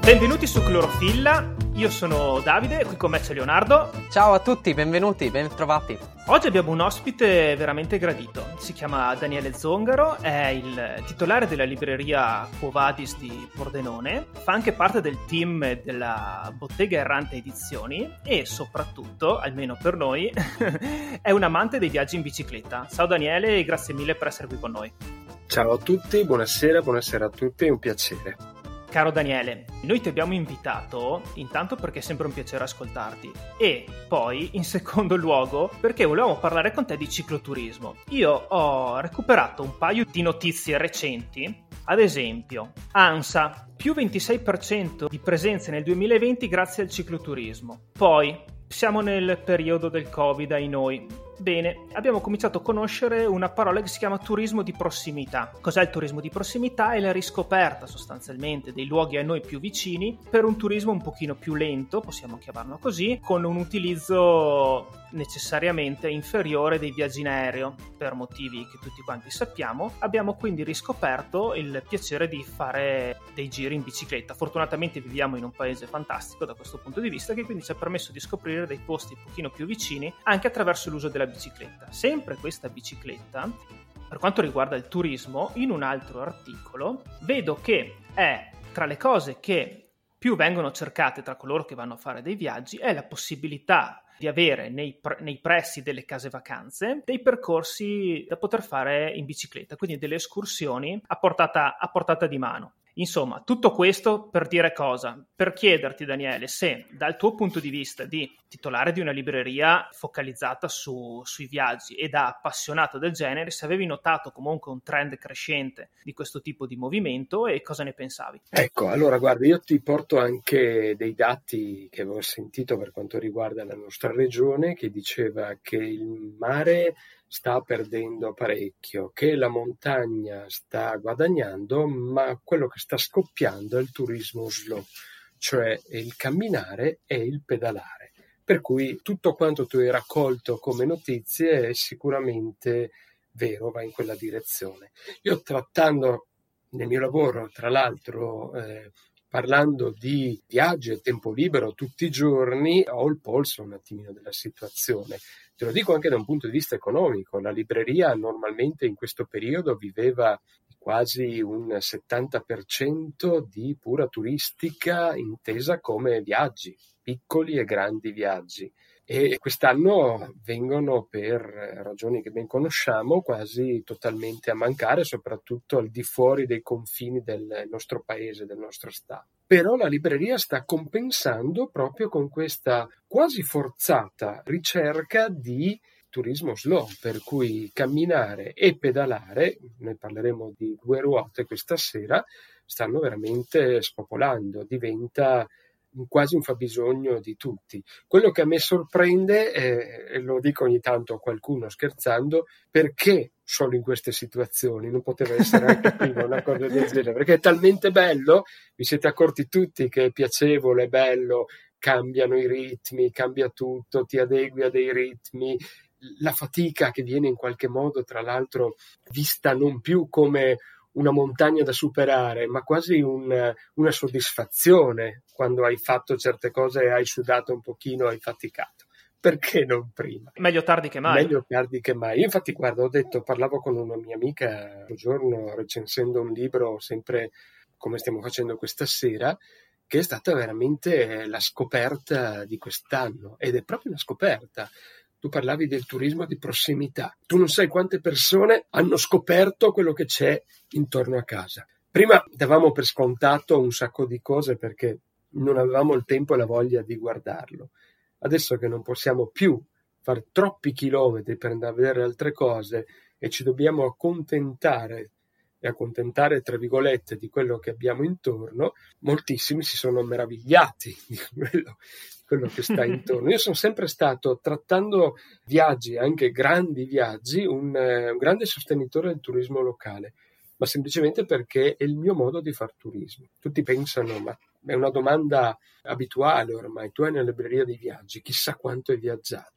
Benvenuti su Clorofilla, io sono Davide, qui con me c'è Leonardo. Ciao a tutti, benvenuti, ben trovati. Oggi abbiamo un ospite veramente gradito, si chiama Daniele Zongaro, è il titolare della libreria Quo Vadis di Pordenone, fa anche parte del team della Bottega Errante Edizioni e soprattutto, almeno per noi, è un amante dei viaggi in bicicletta. Ciao Daniele e grazie mille per essere qui con noi. Ciao a tutti, buonasera a tutti, è un piacere. Caro Daniele, noi ti abbiamo invitato intanto perché è sempre un piacere ascoltarti e poi in secondo luogo perché volevamo parlare con te di cicloturismo. Io ho recuperato un paio di notizie recenti, ad esempio ANSA, più 26% di presenze nel 2020 grazie al cicloturismo. Poi siamo nel periodo del Covid, ai noi. Bene, abbiamo cominciato a conoscere una parola che si chiama turismo di prossimità. Cos'è il turismo di prossimità? È la riscoperta sostanzialmente dei luoghi a noi più vicini per un turismo un pochino più lento, possiamo chiamarlo così, con un utilizzo necessariamente inferiore dei viaggi in aereo, per motivi che tutti quanti sappiamo. Abbiamo quindi riscoperto il piacere di fare dei giri in bicicletta. Fortunatamente viviamo in un paese fantastico da questo punto di vista, che quindi ci ha permesso di scoprire dei posti un pochino più vicini anche attraverso l'uso della bicicletta. Sempre questa bicicletta, per quanto riguarda il turismo, in un altro articolo vedo che è tra le cose che più vengono cercate tra coloro che vanno a fare dei viaggi è la possibilità di avere nei pressi delle case vacanze dei percorsi da poter fare in bicicletta, quindi delle escursioni a portata di mano. Insomma, tutto questo per dire cosa? Per chiederti, Daniele, se dal tuo punto di vista di titolare di una libreria focalizzata sui viaggi e da appassionato del genere, se avevi notato comunque un trend crescente di questo tipo di movimento e cosa ne pensavi? Ecco, allora guarda, io ti porto anche dei dati che avevo sentito per quanto riguarda la nostra regione, che diceva che il mare sta perdendo parecchio, che la montagna sta guadagnando, ma quello che sta scoppiando è il turismo slow, cioè il camminare e il pedalare. Per cui tutto quanto tu hai raccolto come notizie è sicuramente vero, va in quella direzione. Io trattando nel mio lavoro, tra l'altro, parlando di viaggi e tempo libero tutti i giorni, ho il polso un attimino della situazione. Te lo dico anche da un punto di vista economico. La libreria normalmente in questo periodo viveva quasi un 70% di pura turistica intesa come viaggi, piccoli e grandi viaggi. E quest'anno vengono, per ragioni che ben conosciamo, quasi totalmente a mancare, soprattutto al di fuori dei confini del nostro paese, del nostro stato. Però la libreria sta compensando proprio con questa quasi forzata ricerca di turismo slow, per cui camminare e pedalare, noi parleremo di due ruote questa sera, stanno veramente spopolando, diventa quasi un fabbisogno di tutti. Quello che a me sorprende, e lo dico ogni tanto a qualcuno scherzando, perché solo in queste situazioni non poteva essere anche prima una cosa del genere, perché è talmente bello, vi siete accorti tutti che è piacevole, è bello, cambiano i ritmi, cambia tutto, ti adegui a dei ritmi, la fatica che viene in qualche modo tra l'altro vista non più come una montagna da superare, ma quasi una soddisfazione quando hai fatto certe cose e hai sudato un pochino, hai faticato. Perché non prima? Meglio tardi che mai. Meglio tardi che mai. Io infatti, guarda, parlavo con una mia amica un giorno recensendo un libro, sempre come stiamo facendo questa sera, che è stata veramente la scoperta di quest'anno, ed è proprio una scoperta. Tu parlavi del turismo di prossimità. Tu non sai quante persone hanno scoperto quello che c'è intorno a casa. Prima davamo per scontato un sacco di cose perché non avevamo il tempo e la voglia di guardarlo. Adesso che non possiamo più fare troppi chilometri per andare a vedere altre cose e ci dobbiamo accontentare tra virgolette di quello che abbiamo intorno, moltissimi si sono meravigliati di quello che sta intorno. Io sono sempre stato, trattando viaggi, anche grandi viaggi, un grande sostenitore del turismo locale, ma semplicemente perché è il mio modo di far turismo. Tutti pensano, ma è una domanda abituale ormai, tu hai una libreria di viaggi, chissà quanto hai viaggiato.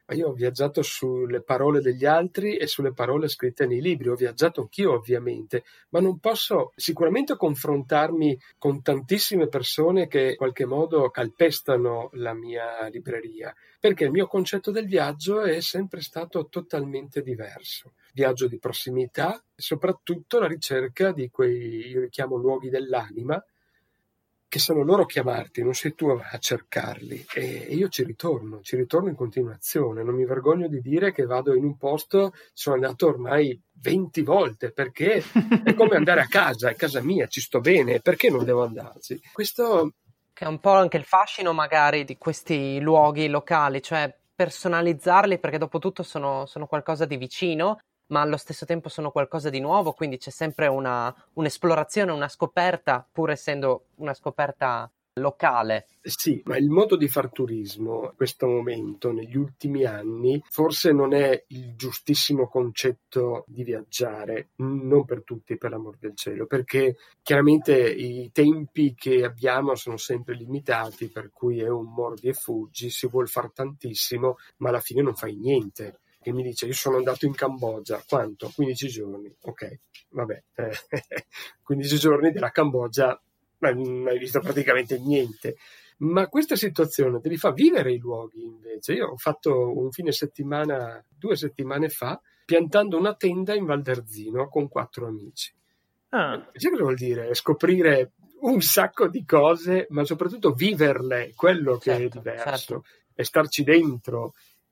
Io ho viaggiato sulle parole degli altri e sulle parole scritte nei libri, ho viaggiato anch'io ovviamente, ma non posso sicuramente confrontarmi con tantissime persone che in qualche modo calpestano la mia libreria, perché il mio concetto del viaggio è sempre stato totalmente diverso. Viaggio di prossimità, soprattutto la ricerca di quei, io li chiamo luoghi dell'anima, che sono loro a chiamarti, non sei tu a cercarli, e io ci ritorno in continuazione, non mi vergogno di dire che vado in un posto, sono andato ormai 20 volte, perché è come andare a casa, è casa mia, ci sto bene, perché non devo andarci? Questo Che è un po' anche il fascino magari di questi luoghi locali, cioè personalizzarli perché dopo tutto sono qualcosa di vicino, ma allo stesso tempo sono qualcosa di nuovo, quindi c'è sempre un'esplorazione, una scoperta, pur essendo una scoperta locale. Sì, ma il modo di far turismo a questo momento, negli ultimi anni, forse non è il giustissimo concetto di viaggiare, non per tutti, per l'amor del cielo, perché chiaramente i tempi che abbiamo sono sempre limitati, per cui è un mordi e fuggi, si vuol far tantissimo, ma alla fine non fai niente. E mi dice, io sono andato in Cambogia, quanto? 15 giorni, ok, vabbè, 15 giorni della Cambogia, ma non hai visto praticamente niente. Ma questa situazione te li fa vivere i luoghi invece. Io ho fatto un fine settimana, 2 settimane fa, piantando una tenda in Val d'Arzino con 4 amici. Sai cosa vuol dire? Scoprire un sacco di cose, ma soprattutto viverle, quello che è diverso, e starci dentro.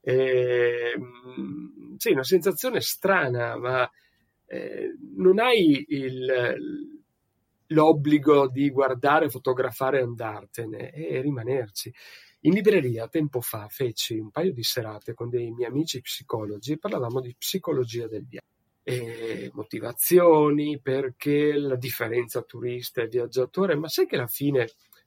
Sì, una sensazione strana, ma non hai l'obbligo di guardare, fotografare e andartene e rimanerci. In libreria tempo fa feci un paio di serate con dei miei amici psicologi e parlavamo di psicologia del viaggio e motivazioni, perché la differenza turista e viaggiatore, ma sai che alla fine,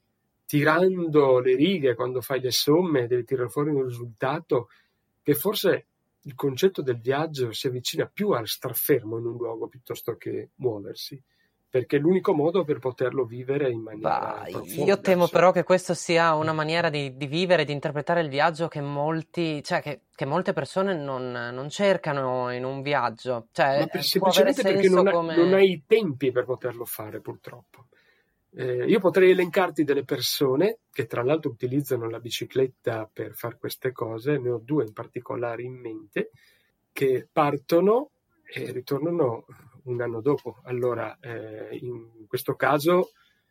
tirando le righe, quando fai le somme devi tirare fuori un risultato che forse il concetto del viaggio si avvicina più al star fermo in un luogo piuttosto che muoversi, perché è l'unico modo per poterlo vivere in maniera profonda. Io temo però che questo sia una maniera di vivere, di interpretare il viaggio che molti, cioè che molte persone non cercano in un viaggio. Cioè, Ma può avere semplicemente perché senso non hai i tempi per poterlo fare, purtroppo. Io potrei elencarti delle persone che tra l'altro utilizzano la bicicletta per fare queste cose, ne ho 2 in particolare in mente, che partono e ritornano un anno dopo. Allora, in questo caso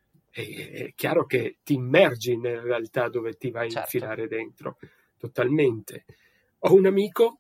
è chiaro che ti immergi nella realtà dove ti vai a infilare dentro, totalmente. Ho un amico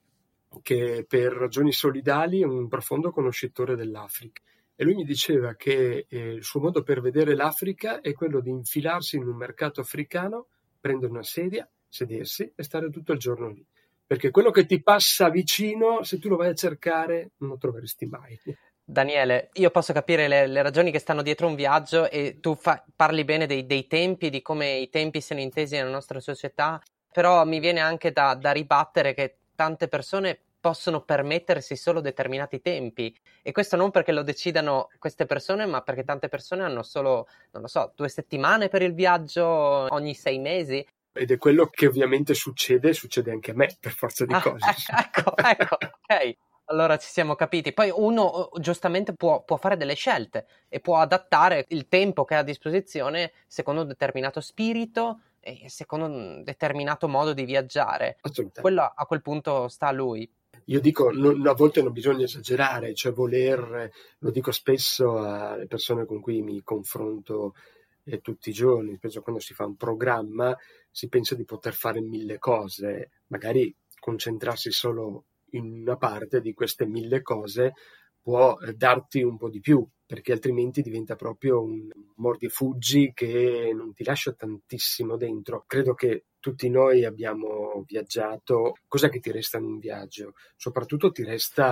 che per ragioni solidali è un profondo conoscitore dell'Africa. E lui mi diceva che il suo modo per vedere l'Africa è quello di infilarsi in un mercato africano, prendere una sedia, sedersi e stare tutto il giorno lì. Perché quello che ti passa vicino, se tu lo vai a cercare, non lo troveresti mai. Daniele, io posso capire le ragioni che stanno dietro un viaggio e tu parli bene dei tempi, di come i tempi siano intesi nella nostra società, però mi viene anche da ribattere che tante persone possono permettersi solo determinati tempi, e questo non perché lo decidano queste persone, ma perché tante persone hanno solo, non lo so, 2 settimane per il viaggio ogni 6 mesi. Ed è quello che ovviamente succede anche a me, per forza di cose. Ecco, ok. Allora ci siamo capiti. Poi uno giustamente può fare delle scelte e può adattare il tempo che ha a disposizione secondo un determinato spirito e secondo un determinato modo di viaggiare. Quello a quel punto sta a lui. Io dico, a volte non bisogna esagerare, cioè lo dico spesso alle persone con cui mi confronto tutti i giorni, spesso quando si fa un programma si pensa di poter fare 1000 cose, magari concentrarsi solo in una parte di queste 1000 cose può darti un po' di più, perché altrimenti diventa proprio un mordi e fuggi che non ti lascia tantissimo dentro. Credo che tutti noi abbiamo viaggiato. Cos'è che ti resta in un viaggio? Soprattutto ti resta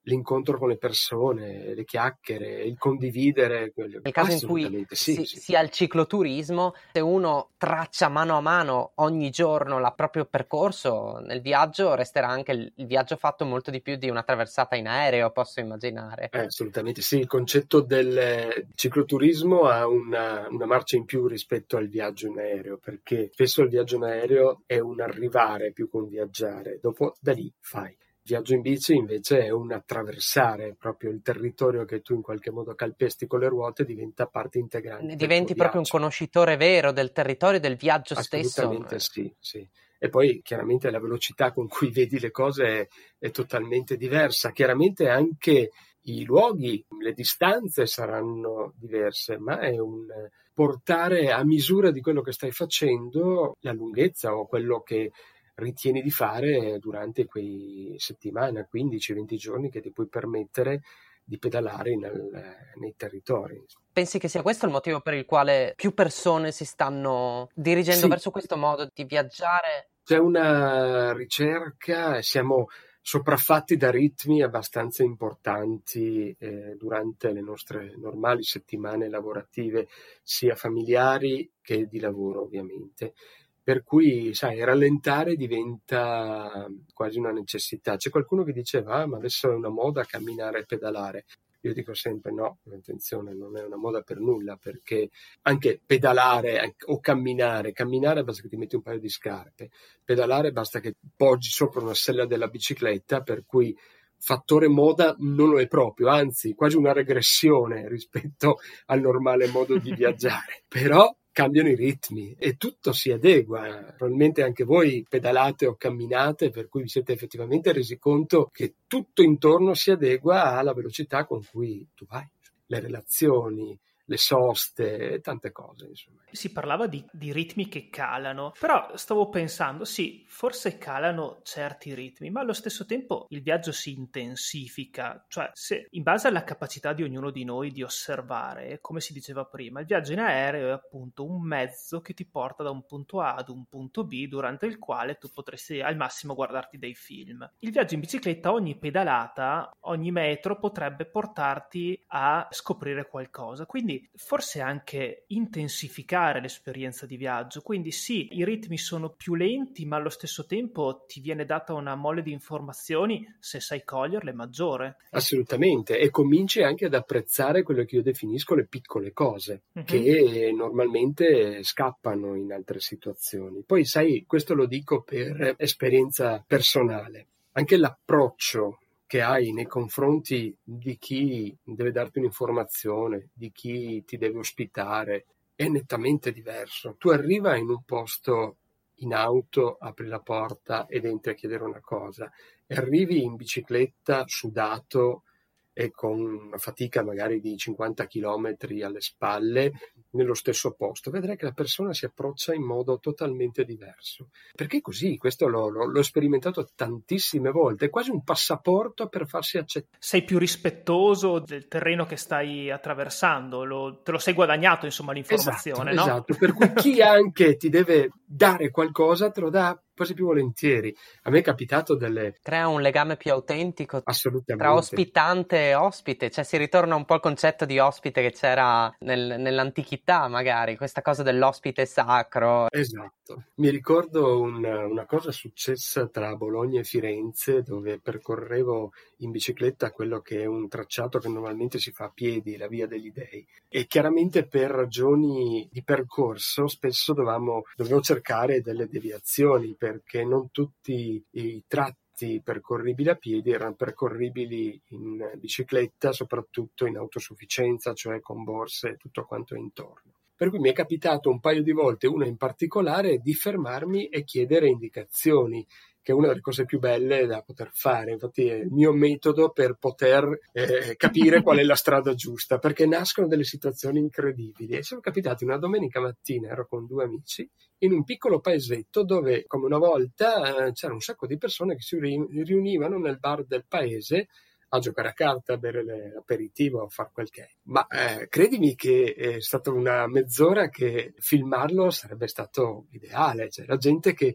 l'incontro con le persone, le chiacchiere, il condividere. Nel caso in cui sì. sia il cicloturismo, se uno traccia mano a mano ogni giorno il proprio percorso nel viaggio, resterà anche il viaggio fatto molto di più di una traversata in aereo, posso immaginare. Assolutamente sì, il concetto del cicloturismo ha una marcia in più rispetto al viaggio in aereo, perché spesso il viaggio in aereo è un arrivare più che un viaggiare, dopo da lì fai. Il viaggio in bici invece è un attraversare proprio il territorio che tu in qualche modo calpesti con le ruote, diventa parte integrante. Diventi proprio un conoscitore vero del territorio e del viaggio stesso. Assolutamente sì. E poi chiaramente la velocità con cui vedi le cose è totalmente diversa. Chiaramente anche i luoghi, le distanze saranno diverse, ma è un portare a misura di quello che stai facendo la lunghezza o quello che ritieni di fare durante quei settimane, 15-20 giorni che ti puoi permettere di pedalare nei territori. Pensi che sia questo il motivo per il quale più persone si stanno dirigendo verso questo modo di viaggiare? C'è una ricerca, siamo sopraffatti da ritmi abbastanza importanti durante le nostre normali settimane lavorative, sia familiari che di lavoro ovviamente. Per cui, sai, rallentare diventa quasi una necessità. C'è qualcuno che diceva, ma adesso è una moda camminare e pedalare. Io dico sempre no, attenzione, non è una moda per nulla, perché anche pedalare o camminare basta che ti metti un paio di scarpe, pedalare basta che poggi sopra una sella della bicicletta, per cui fattore moda non lo è proprio, anzi quasi una regressione rispetto al normale modo di viaggiare. Però cambiano i ritmi e tutto si adegua. Probabilmente anche voi pedalate o camminate, per cui vi siete effettivamente resi conto che tutto intorno si adegua alla velocità con cui tu vai. Le relazioni, le soste, tante cose, insomma. Si parlava di ritmi che calano, però stavo pensando, sì, forse calano certi ritmi, ma allo stesso tempo il viaggio si intensifica, cioè se in base alla capacità di ognuno di noi di osservare, come si diceva prima, il viaggio in aereo è appunto un mezzo che ti porta da un punto A ad un punto B, durante il quale tu potresti al massimo guardarti dei film. Il viaggio in bicicletta, ogni pedalata, ogni metro potrebbe portarti a scoprire qualcosa, quindi forse anche intensificare l'esperienza di viaggio. Quindi sì, i ritmi sono più lenti, ma allo stesso tempo ti viene data una mole di informazioni, se sai coglierle, maggiore. Assolutamente, e cominci anche ad apprezzare quello che io definisco le piccole cose, che normalmente scappano in altre situazioni. Poi sai, questo lo dico per esperienza personale, anche l'approccio che hai nei confronti di chi deve darti un'informazione, di chi ti deve ospitare, è nettamente diverso. Tu arriva in un posto in auto, apri la porta ed entri a chiedere una cosa, e arrivi in bicicletta sudato e con una fatica magari di 50 chilometri alle spalle nello stesso posto, vedrai che la persona si approccia in modo totalmente diverso. Perché così? Questo l'ho sperimentato tantissime volte, è quasi un passaporto per farsi accettare. Sei più rispettoso del terreno che stai attraversando, te lo sei guadagnato, insomma, l'informazione, no? Esatto, per cui chi anche ti deve dare qualcosa te lo dà quasi più volentieri. A me è capitato crea un legame più autentico assolutamente tra ospitante e ospite, cioè si ritorna un po' al concetto di ospite che c'era nell'antichità, magari questa cosa dell'ospite sacro. Esatto, mi ricordo una cosa successa tra Bologna e Firenze, dove percorrevo in bicicletta quello che è un tracciato che normalmente si fa a piedi, la Via degli Dei, e chiaramente per ragioni di percorso spesso dovevo cercare delle deviazioni, perché non tutti i tratti percorribili a piedi erano percorribili in bicicletta, soprattutto in autosufficienza, cioè con borse e tutto quanto intorno. Per cui mi è capitato un paio di volte, una in particolare, di fermarmi e chiedere indicazioni, che è una delle cose più belle da poter fare. Infatti è il mio metodo per poter capire qual è la strada giusta, perché nascono delle situazioni incredibili. E sono capitati una domenica mattina, ero con 2 amici, in un piccolo paesetto dove, come una volta, c'era un sacco di persone che si riunivano nel bar del paese a giocare a carta, a bere l'aperitivo, a far quel che è. Ma credimi che è stata una mezz'ora che filmarlo sarebbe stato ideale. Cioè, la gente che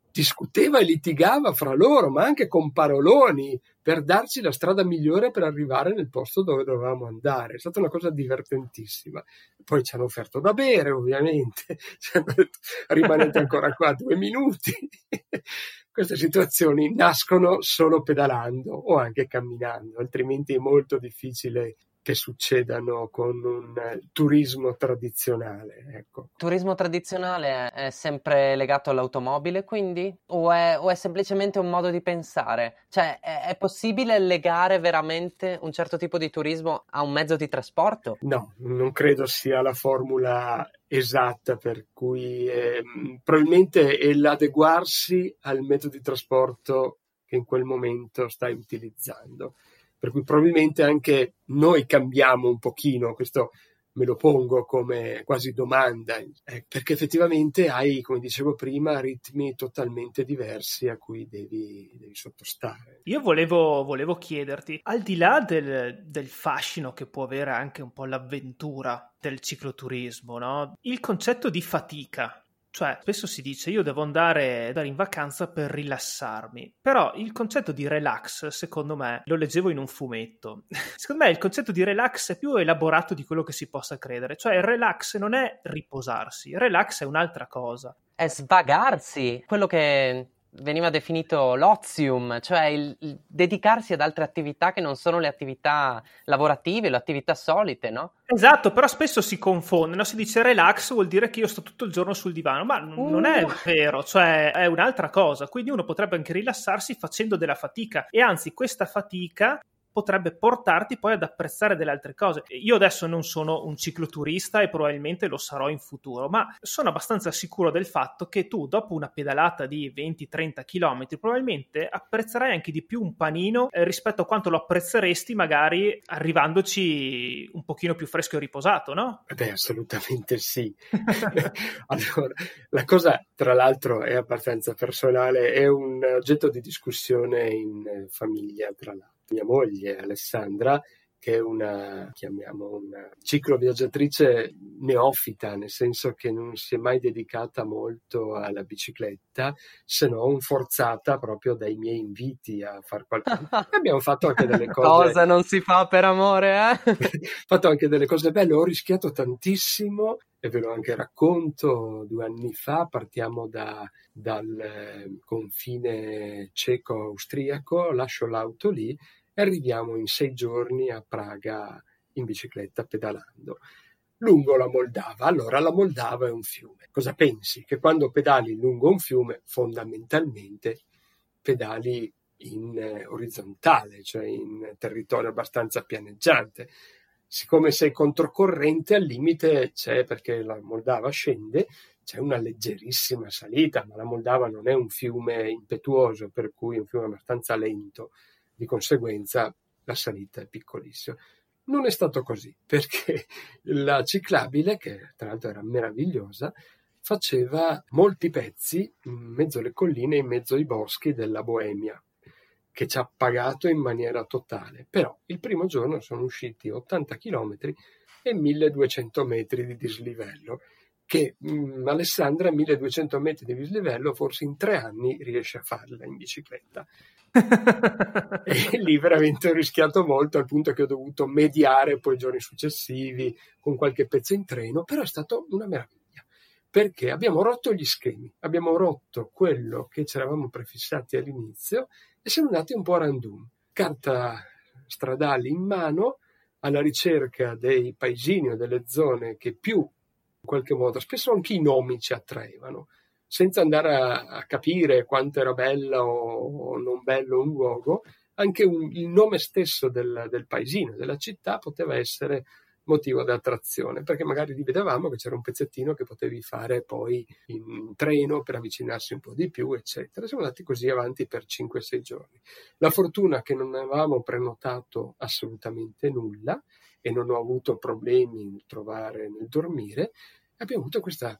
discuteva e litigava fra loro, ma anche con paroloni, per darci la strada migliore per arrivare nel posto dove dovevamo andare. È stata una cosa divertentissima. Poi ci hanno offerto da bere, ovviamente, ci hanno detto rimanete ancora qua 2 minuti. Queste situazioni nascono solo pedalando o anche camminando, altrimenti è molto difficile che succedano con un turismo tradizionale, ecco. Turismo tradizionale è sempre legato all'automobile, quindi? O è semplicemente un modo di pensare? Cioè, è possibile legare veramente un certo tipo di turismo a un mezzo di trasporto? No, non credo sia la formula esatta, per cui probabilmente è l'adeguarsi al mezzo di trasporto che in quel momento stai utilizzando. Per cui probabilmente anche noi cambiamo un pochino, questo me lo pongo come quasi domanda, perché effettivamente hai, come dicevo prima, ritmi totalmente diversi a cui devi sottostare. Io volevo chiederti, al di là del fascino che può avere anche un po' l'avventura del cicloturismo, no? Il concetto di fatica. Cioè, spesso si dice io devo andare in vacanza per rilassarmi, però il concetto di relax, secondo me, lo leggevo in un fumetto. Secondo me il concetto di relax è più elaborato di quello che si possa credere. Cioè, il relax non è riposarsi, il relax è un'altra cosa. È svagarsi, quello che veniva definito l'ozium, cioè il dedicarsi ad altre attività che non sono le attività lavorative, le attività solite, no? Esatto, però spesso si confonde, no? Si dice relax vuol dire che io sto tutto il giorno sul divano, ma non è vero, cioè è un'altra cosa, quindi uno potrebbe anche rilassarsi facendo della fatica e anzi questa fatica potrebbe portarti poi ad apprezzare delle altre cose. Io adesso non sono un cicloturista e probabilmente lo sarò in futuro, ma sono abbastanza sicuro del fatto che tu dopo una pedalata di 20-30 km probabilmente apprezzerai anche di più un panino rispetto a quanto lo apprezzeresti magari arrivandoci un pochino più fresco e riposato, no? Beh, assolutamente sì. Allora, la cosa tra l'altro è abbastanza personale, è un oggetto di discussione in famiglia tra l'altro. Mia moglie Alessandra, che è una cicloviaggiatrice neofita, nel senso che non si è mai dedicata molto alla bicicletta, se non forzata proprio dai miei inviti a far qualcosa. Abbiamo fatto anche delle cose. Cosa non si fa per amore, eh? Fatto anche delle cose belle, ho rischiato tantissimo e ve lo anche racconto. 2 anni fa partiamo dal confine ceco-austriaco, lascio l'auto lì e arriviamo in 6 giorni a Praga in bicicletta pedalando lungo la Moldava. Allora la Moldava è un fiume. Cosa pensi? Che quando pedali lungo un fiume fondamentalmente pedali in orizzontale, cioè in territorio abbastanza pianeggiante. Siccome sei controcorrente, al limite c'è, perché la Moldava scende, c'è una leggerissima salita, ma la Moldava non è un fiume impetuoso, per cui è un fiume abbastanza lento, di conseguenza la salita è piccolissima. Non è stato così, perché la ciclabile, che tra l'altro era meravigliosa, faceva molti pezzi in mezzo alle colline, in mezzo ai boschi della Boemia, che ci ha pagato in maniera totale. Però il primo giorno sono usciti 80 km e 1200 metri di dislivello, che Alessandra 1200 metri di dislivello forse in 3 anni riesce a farla in bicicletta. E lì veramente ho rischiato molto, al punto che ho dovuto mediare poi i giorni successivi con qualche pezzo in treno, però è stato una meraviglia, perché abbiamo rotto gli schemi, abbiamo rotto quello che ci eravamo prefissati all'inizio e siamo andati un po' a random, carta stradale in mano, alla ricerca dei paesini o delle zone che più in qualche modo, spesso anche i nomi ci attraevano, senza andare a capire quanto era bella o non bello un luogo. Anche il nome stesso del paesino, della città, poteva essere motivo di attrazione, perché magari lì vedevamo che c'era un pezzettino che potevi fare poi in treno per avvicinarsi un po' di più, eccetera. Siamo andati così avanti per 5-6 giorni. La fortuna che non avevamo prenotato assolutamente nulla e non ho avuto problemi nel nel dormire. Abbiamo avuto questa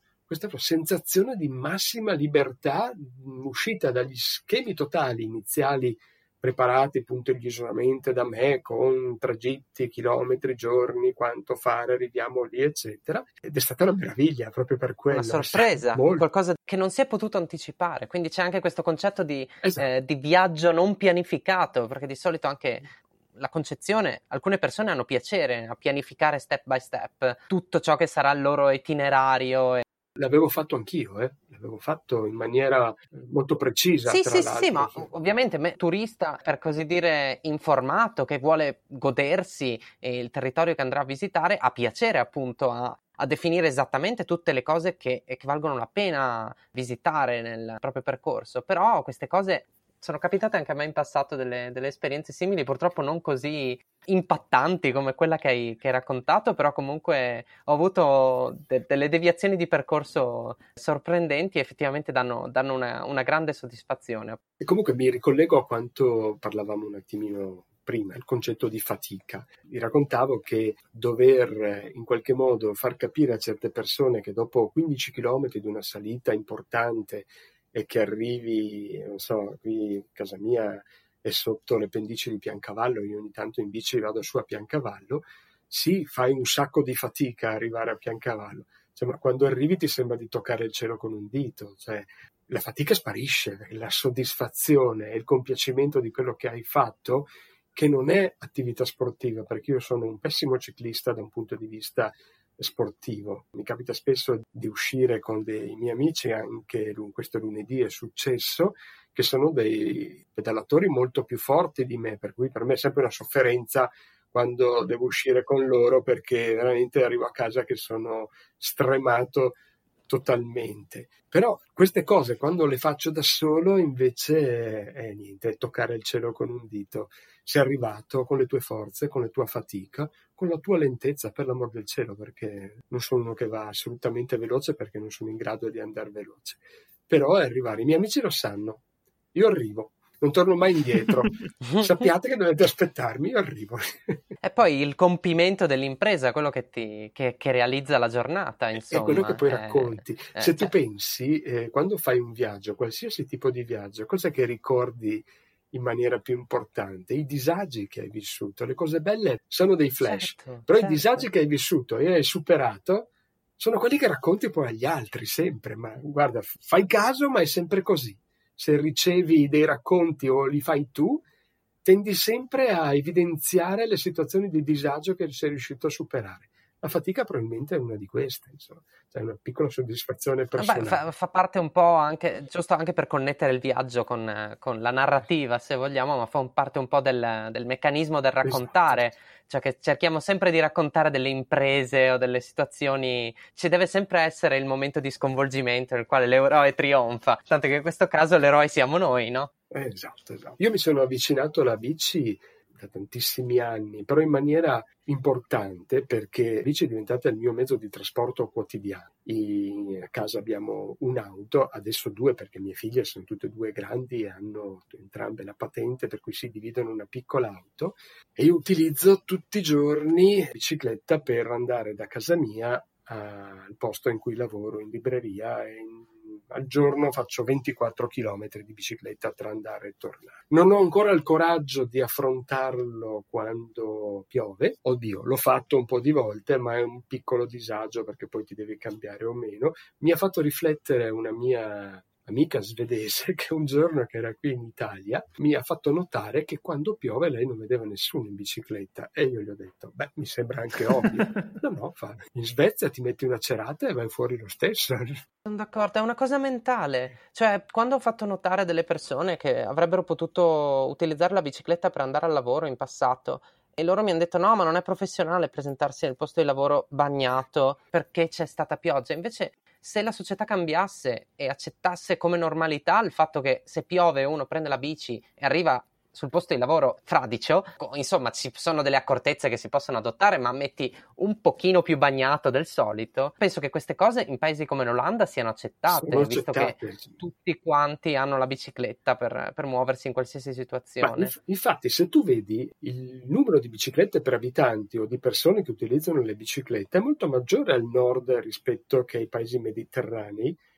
sensazione di massima libertà, uscita dagli schemi totali iniziali preparati puntigliosamente da me con tragitti, chilometri, giorni, quanto fare, arriviamo lì, eccetera. Ed è stata una meraviglia proprio per quello. Una sorpresa, qualcosa che non si è potuto anticipare. Quindi c'è anche questo concetto di viaggio non pianificato, perché di solito anche la concezione, alcune persone hanno piacere a pianificare step by step tutto ciò che sarà il loro itinerario. L'avevo fatto anch'io, l'avevo fatto in maniera molto precisa. Sì, ma ovviamente me, turista, per così dire, informato, che vuole godersi il territorio che andrà a visitare, ha piacere appunto a definire esattamente tutte le cose che valgono la pena visitare nel proprio percorso. Però queste cose sono capitate anche a me in passato, delle esperienze simili, purtroppo non così impattanti come quella che hai raccontato, però comunque ho avuto delle deviazioni di percorso sorprendenti e effettivamente danno una grande soddisfazione. E comunque mi ricollego a quanto parlavamo un attimino prima, il concetto di fatica. Vi raccontavo che dover in qualche modo far capire a certe persone che dopo 15 chilometri di una salita importante e che arrivi, non so, qui casa mia è sotto le pendici di Piancavallo, io ogni tanto in bici vado su a Piancavallo, sì, fai un sacco di fatica a arrivare a Piancavallo, ma quando arrivi ti sembra di toccare il cielo con un dito, la fatica sparisce, la soddisfazione e il compiacimento di quello che hai fatto, che non è attività sportiva, perché io sono un pessimo ciclista da un punto di vista sportivo. Mi capita spesso di uscire con dei miei amici, anche questo lunedì è successo, che sono dei pedalatori molto più forti di me, per cui per me è sempre una sofferenza quando devo uscire con loro, perché veramente arrivo a casa che sono stremato totalmente. Però queste cose quando le faccio da solo invece è niente, è toccare il cielo con un dito. Sei arrivato con le tue forze, con la tua fatica, con la tua lentezza, per l'amor del cielo, perché non sono uno che va assolutamente veloce, perché non sono in grado di andare veloce. Però è arrivare, i miei amici lo sanno, io arrivo, non torno mai indietro, sappiate che dovete aspettarmi, io arrivo. E poi il compimento dell'impresa, quello che realizza la giornata, insomma. È quello che poi racconti. Se tu pensi, quando fai un viaggio, qualsiasi tipo di viaggio, cosa che ricordi in maniera più importante? I disagi che hai vissuto. Le cose belle sono dei flash, però i disagi che hai vissuto e hai superato sono quelli che racconti poi agli altri sempre. Ma guarda, fai caso, ma è sempre così. Se ricevi dei racconti o li fai tu, tendi sempre a evidenziare le situazioni di disagio che sei riuscito a superare. La fatica probabilmente è una di queste, insomma, cioè una piccola soddisfazione personale. Fa parte un po' anche, giusto anche per connettere il viaggio con la narrativa, se vogliamo, ma fa parte un po' del meccanismo del raccontare, esatto. Cioè che cerchiamo sempre di raccontare delle imprese o delle situazioni, ci deve sempre essere il momento di sconvolgimento nel quale l'eroe trionfa, tanto che in questo caso l'eroe siamo noi, no? Esatto. Io mi sono avvicinato alla bici da tantissimi anni, però in maniera importante, perché la bici è diventata il mio mezzo di trasporto quotidiano. A casa abbiamo un'auto, adesso due, perché mie figlie sono tutte e due grandi e hanno entrambe la patente, per cui si dividono una piccola auto, e io utilizzo tutti i giorni bicicletta per andare da casa mia al posto in cui lavoro, in libreria, e al giorno faccio 24 chilometri di bicicletta tra andare e tornare. Non ho ancora il coraggio di affrontarlo quando piove. Oddio, l'ho fatto un po' di volte, ma è un piccolo disagio, perché poi ti devi cambiare o meno. Mi ha fatto riflettere una mia amica svedese che un giorno, che era qui in Italia, mi ha fatto notare che quando piove lei non vedeva nessuno in bicicletta, e io gli ho detto, mi sembra anche ovvio. No, in Svezia ti metti una cerata e vai fuori lo stesso. Sono d'accordo, è una cosa mentale, cioè quando ho fatto notare delle persone che avrebbero potuto utilizzare la bicicletta per andare al lavoro in passato, e loro mi hanno detto no, ma non è professionale presentarsi nel posto di lavoro bagnato perché c'è stata pioggia. Invece, se la società cambiasse e accettasse come normalità il fatto che se piove uno prende la bici e arriva sul posto di lavoro fradicio, insomma ci sono delle accortezze che si possono adottare, ma metti un pochino più bagnato del solito, penso che queste cose in paesi come l'Olanda siano accettate, visto che tutti quanti hanno la bicicletta per muoversi in qualsiasi situazione. Infatti, se tu vedi il numero di biciclette per abitanti o di persone che utilizzano le biciclette è molto maggiore al nord rispetto che ai paesi mediterranei,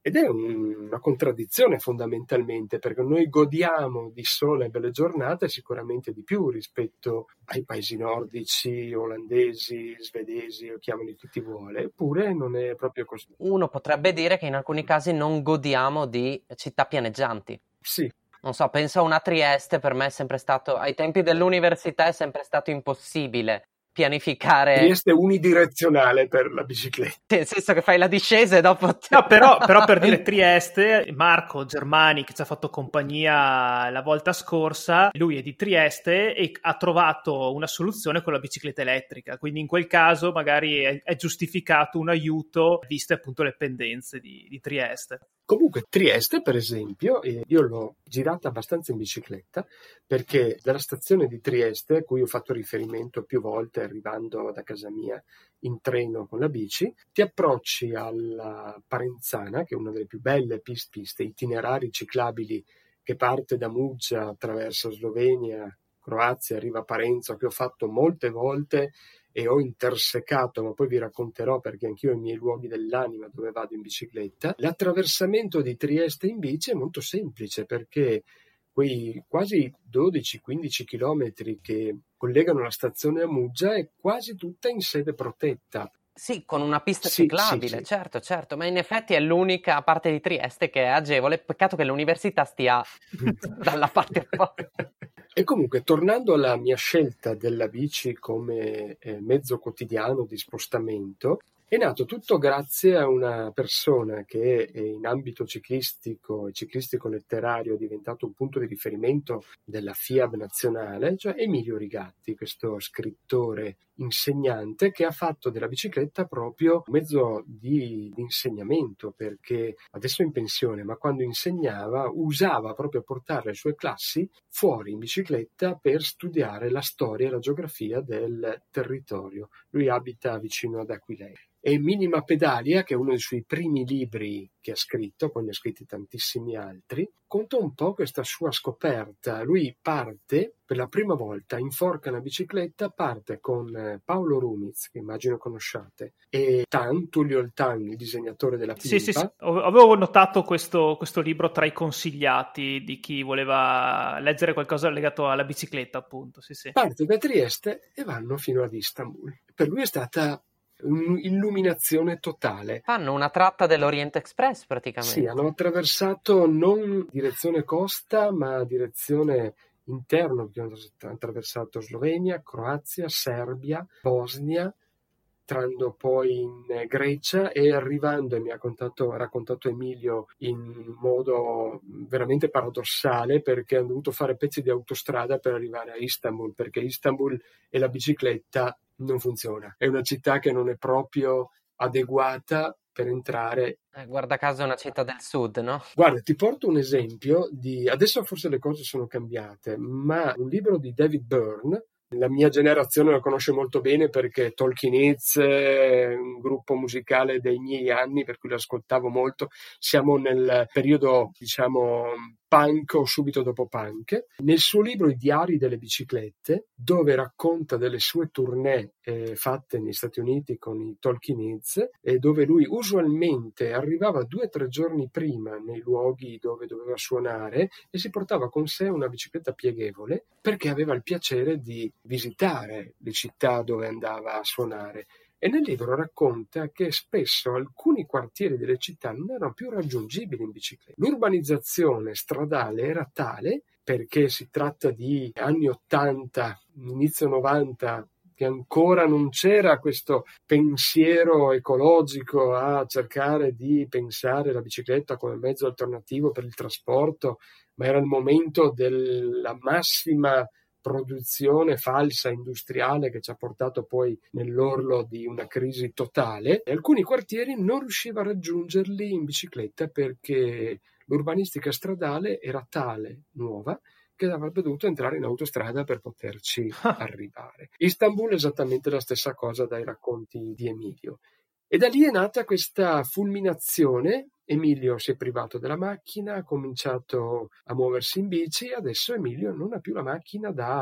Ed è una contraddizione fondamentalmente, perché noi godiamo di sole e belle giornate sicuramente di più rispetto ai paesi nordici, olandesi, svedesi, o chiamali tutti vuole, eppure non è proprio così. Uno potrebbe dire che in alcuni casi non godiamo di città pianeggianti. Sì. Non so, penso a una Trieste, per me è sempre stato, ai tempi dell'università è sempre stato impossibile pianificare. Trieste è unidirezionale per la bicicletta. Nel senso che fai la discesa e dopo... No, però per dire Trieste, Marco Germani, che ci ha fatto compagnia la volta scorsa, lui è di Trieste e ha trovato una soluzione con la bicicletta elettrica, quindi in quel caso magari è giustificato un aiuto, viste appunto le pendenze di Trieste. Comunque Trieste, per esempio, io l'ho girata abbastanza in bicicletta, perché dalla stazione di Trieste, a cui ho fatto riferimento più volte arrivando da casa mia in treno con la bici, ti approcci alla Parenzana, che è una delle più belle piste itinerari ciclabili, che parte da Muggia attraverso Slovenia, Croazia, arriva a Parenzo, che ho fatto molte volte e ho intersecato, ma poi vi racconterò perché anch'io ho i miei luoghi dell'anima dove vado in bicicletta. L'attraversamento di Trieste in bici è molto semplice, perché quei quasi 12-15 chilometri che collegano la stazione a Muggia è quasi tutta in sede protetta. Sì, con una pista ciclabile, sì. Certo, ma in effetti è l'unica parte di Trieste che è agevole, peccato che l'università stia dalla parte opposta. E comunque, tornando alla mia scelta della bici come mezzo quotidiano di spostamento, è nato tutto grazie a una persona che in ambito ciclistico e ciclistico letterario è diventato un punto di riferimento della FIAB nazionale, cioè Emilio Rigatti, questo scrittore insegnante che ha fatto della bicicletta proprio un mezzo di insegnamento, perché adesso è in pensione, ma quando insegnava usava proprio portare le sue classi fuori in bicicletta per studiare la storia e la geografia del territorio. Lui abita vicino ad Aquileia. E Minima Pedalia, che è uno dei suoi primi libri che ha scritto, poi ne ha scritti tantissimi altri, conta un po' questa sua scoperta. Lui parte per la prima volta, inforca una bicicletta, parte con Paolo Rumiz, che immagino conosciate, e Tullio il Tan, il disegnatore della Pimpa. Sì, avevo notato questo libro tra i consigliati di chi voleva leggere qualcosa legato alla bicicletta, appunto. Sì. Parte da Trieste e vanno fino ad Istanbul. Per lui è stata un'illuminazione totale. Fanno una tratta dell'Orient Express praticamente. Sì, hanno attraversato non direzione costa, ma direzione interno, perché hanno attraversato Slovenia, Croazia, Serbia, Bosnia, entrando poi in Grecia e arrivando, e mi ha raccontato Emilio in modo veramente paradossale, perché hanno dovuto fare pezzi di autostrada per arrivare a Istanbul, perché Istanbul e la bicicletta non funziona. È una città che non è proprio adeguata per entrare. Guarda caso è una città del sud, no? Guarda, ti porto un esempio adesso forse le cose sono cambiate, ma un libro di David Byrne. La mia generazione lo conosce molto bene perché Talking Heads è un gruppo musicale dei miei anni, per cui lo ascoltavo molto. Siamo nel periodo, diciamo, punk o subito dopo punk. Nel suo libro I diari delle biciclette, dove racconta delle sue tournée fatte negli Stati Uniti con i Talking Heads, e dove lui usualmente arrivava 2 o 3 giorni prima nei luoghi dove doveva suonare e si portava con sé una bicicletta pieghevole, perché aveva il piacere di visitare le città dove andava a suonare. E nel libro racconta che spesso alcuni quartieri delle città non erano più raggiungibili in bicicletta. L'urbanizzazione stradale era tale, perché si tratta di anni 80, inizio 90, che ancora non c'era questo pensiero ecologico a cercare di pensare la bicicletta come mezzo alternativo per il trasporto, ma era il momento della massima produzione falsa industriale che ci ha portato poi nell'orlo di una crisi totale, e alcuni quartieri non riusciva a raggiungerli in bicicletta perché l'urbanistica stradale era tale, nuova, che avrebbe dovuto entrare in autostrada per poterci arrivare. Istanbul è esattamente la stessa cosa dai racconti di Emilio. E da lì è nata questa fulminazione. Emilio si è privato della macchina, ha cominciato a muoversi in bici, e adesso Emilio non ha più la macchina da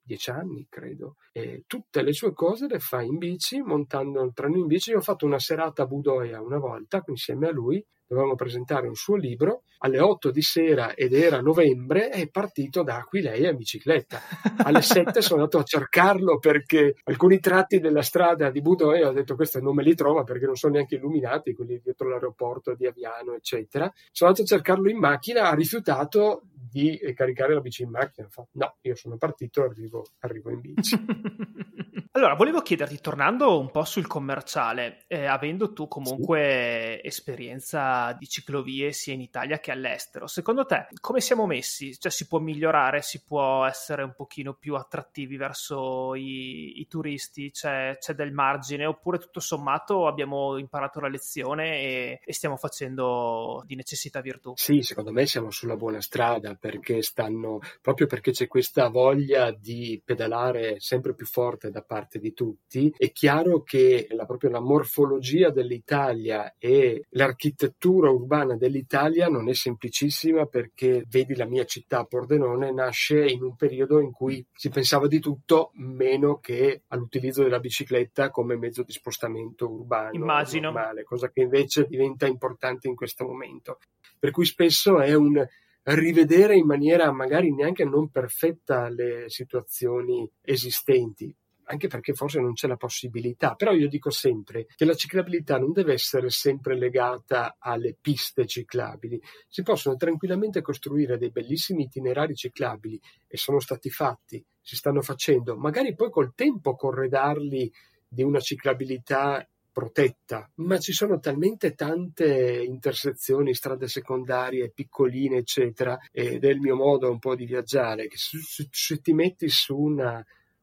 10 anni, credo, e tutte le sue cose le fa in bici, montando il treno in bici. Io ho fatto una serata a Budoia una volta insieme a lui, dovevamo presentare un suo libro alle 8 di sera ed era novembre, è partito da Aquileia in bicicletta. Alle 7 sono andato a cercarlo perché alcuni tratti della strada di Budoia ho detto questo non me li trova perché non sono neanche illuminati, quelli dietro l'aeroporto di Aviano eccetera. Sono andato a cercarlo in macchina, ha rifiutato di caricare la bici in macchina. No, io sono partito, arrivo in bici. Allora, volevo chiederti, tornando un po' sul commerciale, avendo tu comunque esperienza di ciclovie sia in Italia che all'estero, secondo te come siamo messi? Cioè si può migliorare, si può essere un pochino più attrattivi verso i turisti? C'è del margine oppure tutto sommato abbiamo imparato la lezione e stiamo facendo di necessità virtù? Sì, secondo me siamo sulla buona strada perché proprio perché c'è questa voglia di pedalare sempre più forte da parte di tutti. È chiaro che proprio la morfologia dell'Italia e l'architettura urbana dell'Italia non è semplicissima, perché vedi la mia città, Pordenone, nasce in un periodo in cui si pensava di tutto meno che all'utilizzo della bicicletta come mezzo di spostamento urbano. Immagino. Normale, cosa che invece diventa importante in questo momento. Per cui spesso è un rivedere in maniera magari neanche non perfetta le situazioni esistenti, anche perché forse non c'è la possibilità. Però io dico sempre che la ciclabilità non deve essere sempre legata alle piste ciclabili. Si possono tranquillamente costruire dei bellissimi itinerari ciclabili, e sono stati fatti, si stanno facendo, magari poi col tempo corredarli di una ciclabilità protetta, ma ci sono talmente tante intersezioni, strade secondarie, piccoline, eccetera, ed è il mio modo un po' di viaggiare, che se ti metti su una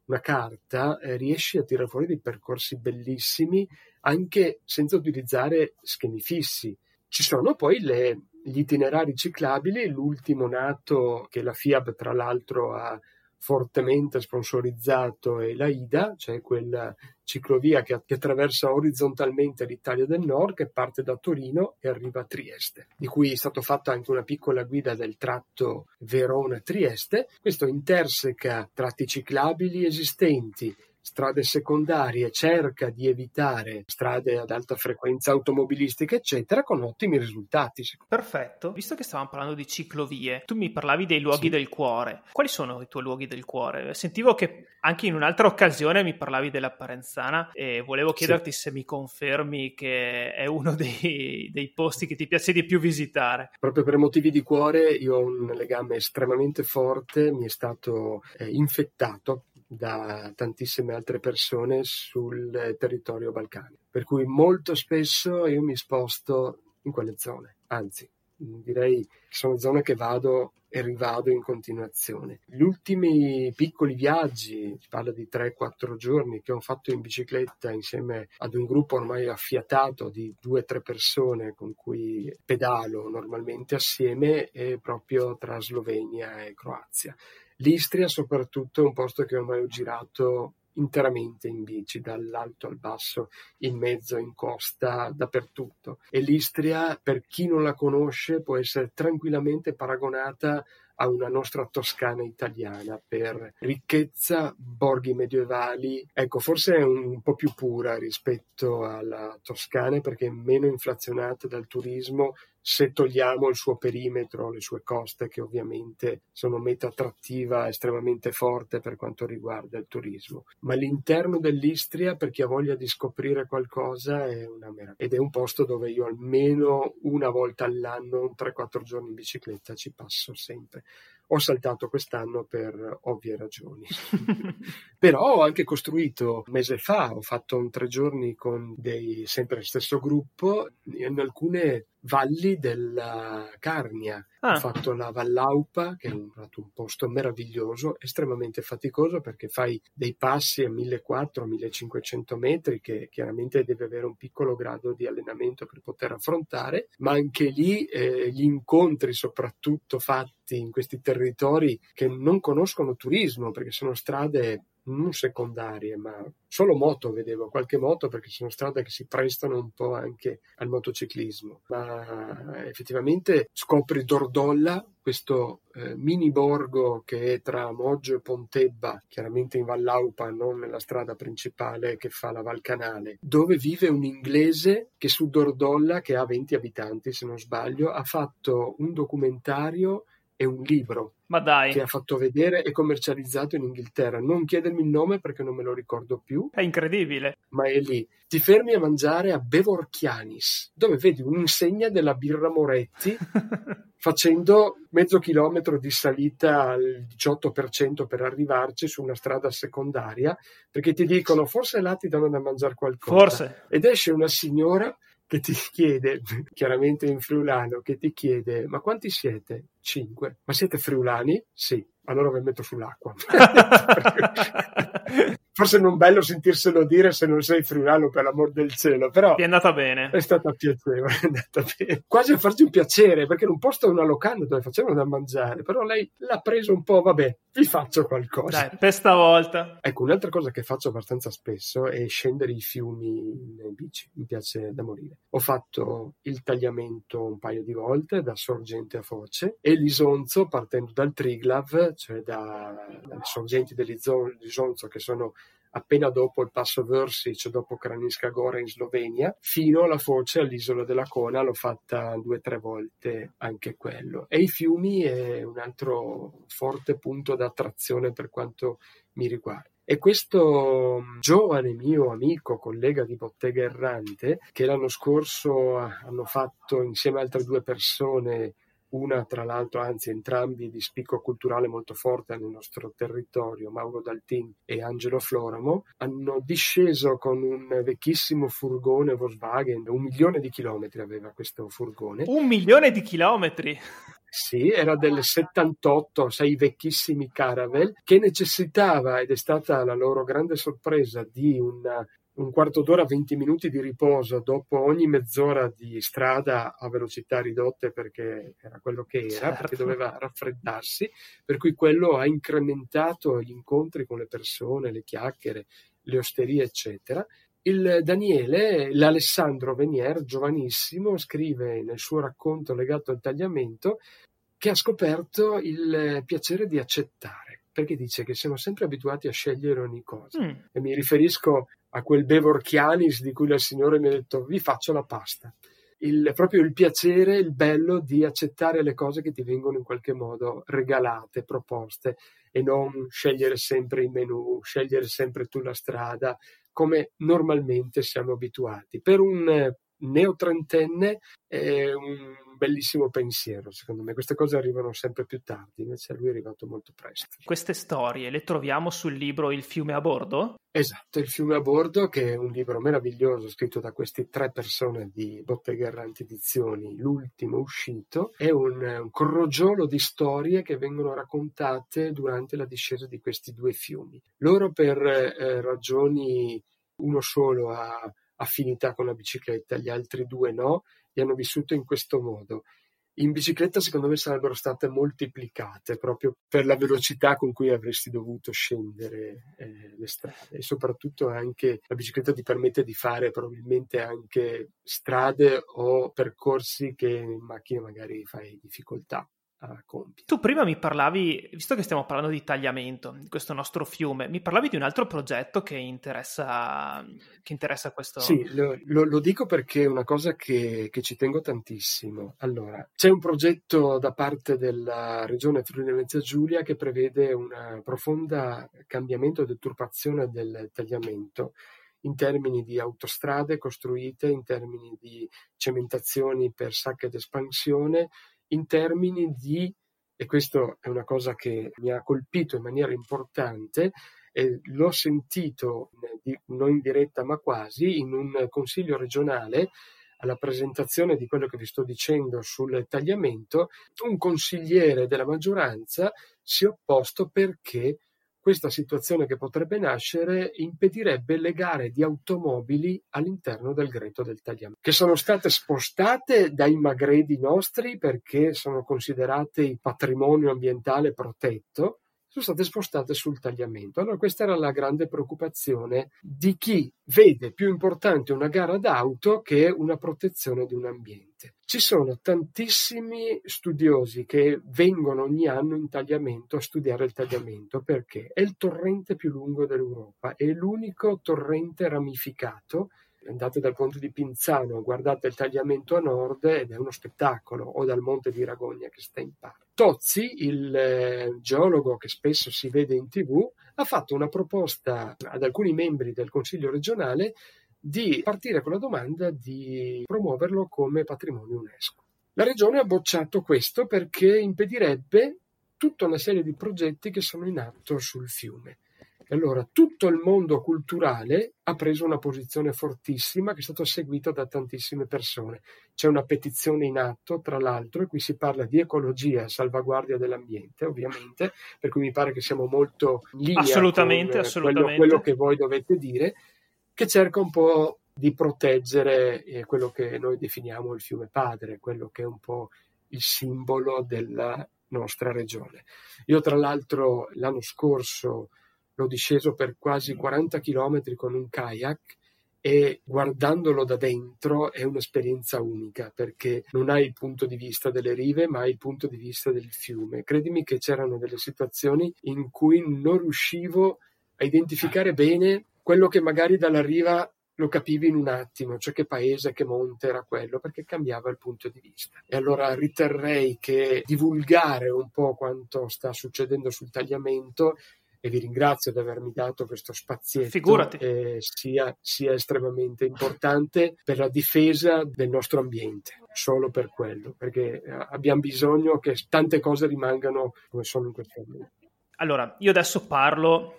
carta riesci a tirare fuori dei percorsi bellissimi anche senza utilizzare schemi fissi. Ci sono poi gli itinerari ciclabili, l'ultimo nato che la FIAB tra l'altro ha fortemente sponsorizzato è la IDA, cioè quella ciclovia che attraversa orizzontalmente l'Italia del Nord, che parte da Torino e arriva a Trieste, di cui è stata fatta anche una piccola guida del tratto Verona-Trieste. Questo interseca tratti ciclabili esistenti, strade secondarie, cerca di evitare strade ad alta frequenza automobilistica eccetera, con ottimi risultati. Perfetto. Visto che stavamo parlando di ciclovie, tu mi parlavi dei luoghi del cuore. Quali sono i tuoi luoghi del cuore? Sentivo che anche in un'altra occasione mi parlavi della Parenzana e volevo chiederti se mi confermi che è uno dei posti che ti piace di più visitare. Proprio per motivi di cuore io ho un legame estremamente forte, mi è stato infettato da tantissime altre persone sul territorio balcanico, per cui molto spesso io mi sposto in quelle zone, anzi direi che sono zone che vado e rivado in continuazione. Gli ultimi piccoli viaggi, si parla di 3-4 giorni, che ho fatto in bicicletta insieme ad un gruppo ormai affiatato di 2-3 persone con cui pedalo normalmente assieme, è proprio tra Slovenia e Croazia. L'Istria soprattutto è un posto che ormai ho girato interamente in bici, dall'alto al basso, in mezzo, in costa, dappertutto. E l'Istria, per chi non la conosce, può essere tranquillamente paragonata a una nostra Toscana italiana per ricchezza, borghi medievali. Ecco, forse è un po' più pura rispetto alla Toscana perché è meno inflazionata dal turismo, se togliamo il suo perimetro, le sue coste, che ovviamente sono meta attrattiva estremamente forte per quanto riguarda il turismo. Ma l'interno dell'Istria, per chi ha voglia di scoprire qualcosa, è una meraviglia. Ed è un posto dove io almeno una volta all'anno, 3-4 giorni in bicicletta, ci passo sempre. Ho saltato quest'anno per ovvie ragioni. Però ho anche costruito un mese fa, ho fatto un 3 giorni con sempre il stesso gruppo in alcune valli della Carnia. Ho fatto la Vallaupa, che è un posto meraviglioso, estremamente faticoso perché fai dei passi a 1400-1500 metri che chiaramente devi avere un piccolo grado di allenamento per poter affrontare, ma anche lì gli incontri soprattutto fatti in questi territori che non conoscono turismo perché sono strade non secondarie, ma solo moto vedevo, qualche moto, perché sono strade che si prestano un po' anche al motociclismo. Ma effettivamente scopri Dordolla, questo mini borgo che è tra Moggio e Pontebba, chiaramente in Vallaupa, non nella strada principale che fa la Val Canale, dove vive un inglese che su Dordolla, che ha 20 abitanti se non sbaglio, ha fatto un documentario e un libro. Ma dai, Che ha fatto vedere e commercializzato in Inghilterra. Non chiedermi il nome perché non me lo ricordo più, è incredibile. ma è lì. Ti fermi a mangiare a Bevorchianis, dove vedi un'insegna della birra Moretti facendo mezzo chilometro di salita al 18% per arrivarci su una strada secondaria, perché ti dicono forse là ti danno da mangiare qualcosa. Forse. Ed esce una signora che ti chiede, chiaramente in friulano, che ti chiede: ma quanti siete? 5. Ma siete friulani? Sì. Allora vi metto sull'acqua. Forse non è bello sentirselo dire se non sei friulano, per l'amor del cielo, però Ti è andata bene. è stata piacevole, è andata bene. Quasi a farci un piacere, perché in un posto è una locanda dove facevano da mangiare, però lei l'ha preso un po', vabbè, vi faccio qualcosa. Dai, per stavolta. Ecco, un'altra cosa che faccio abbastanza spesso è scendere i fiumi in bici, mi piace da morire. Ho fatto il Tagliamento un paio di volte, da Sorgente a Foce, e l'Isonzo partendo dal Triglav, cioè dalle sorgenti dell'Isonzo, che sono appena dopo il passo Vršić, dopo Kraninska Gora in Slovenia, fino alla Foce, all'isola della Kona. L'ho fatta 2 o 3 volte anche quello. E i fiumi è un altro forte punto d'attrazione per quanto mi riguarda. E questo giovane mio amico, collega di Bottega Errante, che l'anno scorso hanno fatto insieme a altre 2 persone, una tra l'altro, anzi entrambi di spicco culturale molto forte nel nostro territorio, Mauro Daltin e Angelo Floramo, hanno disceso con un vecchissimo furgone Volkswagen, 1 milione di chilometri aveva questo furgone. 1 milione di chilometri? Sì, era del 78, sei vecchissimi Caravel, che necessitava, ed è stata la loro grande sorpresa, di un quarto d'ora, 20 minuti di riposo dopo ogni mezz'ora di strada a velocità ridotte, perché era quello che era, certo, perché doveva raffreddarsi, per cui quello ha incrementato gli incontri con le persone, le chiacchiere, le osterie, eccetera. Il Daniele, l'Alessandro Venier, giovanissimo, scrive nel suo racconto legato al tagliamento che ha scoperto il piacere di accettare, perché dice che siamo sempre abituati a scegliere ogni cosa. E mi riferisco a quel Bevorchianis di cui la signora mi ha detto: vi faccio la pasta. Proprio il piacere, il bello di accettare le cose che ti vengono in qualche modo regalate, proposte, e non scegliere sempre i menù, scegliere sempre tu la strada, come normalmente siamo abituati. Per un neotrentenne è un bellissimo pensiero, secondo me. Queste cose arrivano sempre più tardi, invece lui è arrivato molto presto. Queste storie le troviamo sul libro Il fiume a bordo? Esatto, Il fiume a bordo, che è un libro meraviglioso scritto da queste 3 persone di Bottega Errante Edizioni, l'ultimo uscito. È un crogiolo di storie che vengono raccontate durante la discesa di questi 2 fiumi. Loro, per ragioni, uno solo ha affinità con la bicicletta, gli altri 2 no, e hanno vissuto in questo modo. In bicicletta secondo me sarebbero state moltiplicate proprio per la velocità con cui avresti dovuto scendere le strade, e soprattutto anche la bicicletta ti permette di fare probabilmente anche strade o percorsi che in macchina magari fai difficoltà a compiere. Tu prima mi parlavi, visto che stiamo parlando di tagliamento, di questo nostro fiume, mi parlavi di un altro progetto che interessa questo. Sì, lo dico perché è una cosa che ci tengo tantissimo. Allora, c'è un progetto da parte della Regione Friuli-Venezia Giulia che prevede un profondo cambiamento e deturpazione del tagliamento in termini di autostrade costruite, in termini di cementazioni per sacche d'espansione, in termini di, e questo è una cosa che mi ha colpito in maniera importante, e l'ho sentito non in diretta ma quasi in un consiglio regionale alla presentazione di quello che vi sto dicendo sul tagliamento. Un consigliere della maggioranza si è opposto perché questa situazione che potrebbe nascere impedirebbe le gare di automobili all'interno del Greto del Tagliamento, che sono state spostate dai magredi nostri perché sono considerate patrimonio ambientale protetto, sono state spostate sul tagliamento. Allora questa era la grande preoccupazione di chi vede più importante una gara d'auto che una protezione di un ambiente. Ci sono tantissimi studiosi che vengono ogni anno in tagliamento a studiare il tagliamento perché è il torrente più lungo d'Europa, è l'unico torrente ramificato. Andate dal ponte di Pinzano, guardate il tagliamento a nord ed è uno spettacolo, o dal monte di Ragogna che sta in parte. Tozzi, il geologo che spesso si vede in TV, ha fatto una proposta ad alcuni membri del Consiglio regionale di partire con la domanda di promuoverlo come patrimonio UNESCO. La regione ha bocciato questo perché impedirebbe tutta una serie di progetti che sono in atto sul fiume. Allora tutto il mondo culturale ha preso una posizione fortissima che è stata seguita da tantissime persone. C'è una petizione in atto, tra l'altro, e qui si parla di ecologia e salvaguardia dell'ambiente, ovviamente, per cui mi pare che siamo molto in linea assolutamente. Quello che voi dovete dire, che cerca un po' di proteggere quello che noi definiamo il fiume padre, quello che è un po' il simbolo della nostra regione. Io, tra l'altro, l'anno scorso l'ho disceso per quasi 40 chilometri con un kayak e guardandolo da dentro è un'esperienza unica perché non hai il punto di vista delle rive ma hai il punto di vista del fiume. Credimi che c'erano delle situazioni in cui non riuscivo a identificare bene quello che magari dalla riva lo capivi in un attimo, cioè che paese, che monte era quello, perché cambiava il punto di vista. E allora riterrei che divulgare un po' quanto sta succedendo sul tagliamento, e vi ringrazio di avermi dato questo spazietto, sia estremamente importante per la difesa del nostro ambiente, solo per quello, perché abbiamo bisogno che tante cose rimangano come sono in questo momento. Allora, io adesso parlo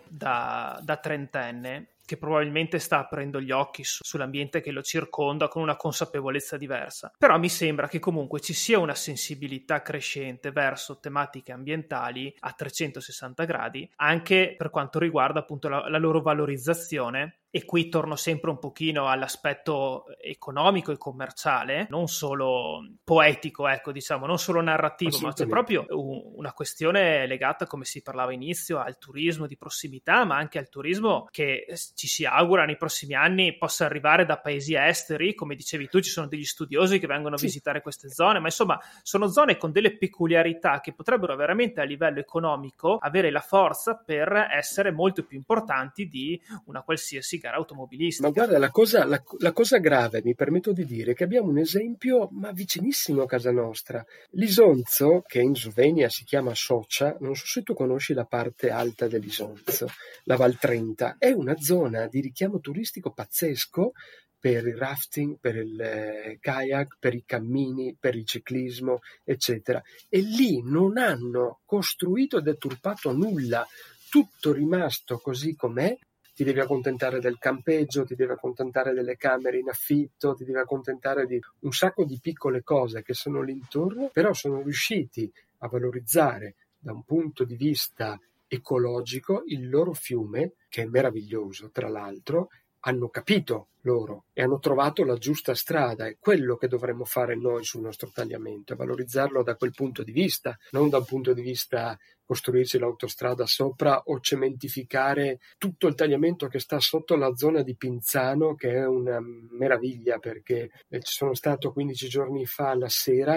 da trentenne che probabilmente sta aprendo gli occhi sull'ambiente che lo circonda con una consapevolezza diversa. Però mi sembra che comunque ci sia una sensibilità crescente verso tematiche ambientali a 360 gradi, anche per quanto riguarda appunto la loro valorizzazione. E qui torno sempre un pochino all'aspetto economico e commerciale, non solo poetico, ecco, diciamo, non solo narrativo, ma c'è proprio una questione legata, come si parlava inizio, al turismo di prossimità, ma anche al turismo che ci si augura nei prossimi anni possa arrivare da paesi esteri. Come dicevi tu, ci sono degli studiosi che vengono a visitare queste zone, ma insomma sono zone con delle peculiarità che potrebbero veramente a livello economico avere la forza per essere molto più importanti di una qualsiasi gara automobilistica. Ma guarda, la cosa grave, mi permetto di dire, che abbiamo un esempio ma vicinissimo a casa nostra. L'Isonzo, che in Slovenia si chiama Soča, non so se tu conosci la parte alta dell'Isonzo, la Val Trenta, è una zona di richiamo turistico pazzesco per il rafting, per il kayak, per i cammini, per il ciclismo, eccetera. E lì non hanno costruito e deturpato nulla, tutto rimasto così com'è. Ti devi accontentare del campeggio, ti devi accontentare delle camere in affitto, ti devi accontentare di un sacco di piccole cose che sono lì intorno, però sono riusciti a valorizzare da un punto di vista ecologico il loro fiume, che è meraviglioso tra l'altro. Hanno capito loro e hanno trovato la giusta strada. È quello che dovremmo fare noi sul nostro tagliamento, valorizzarlo da quel punto di vista, non da un punto di vista costruirci l'autostrada sopra o cementificare tutto il tagliamento che sta sotto la zona di Pinzano, che è una meraviglia, perché ci sono stato 15 giorni fa la sera.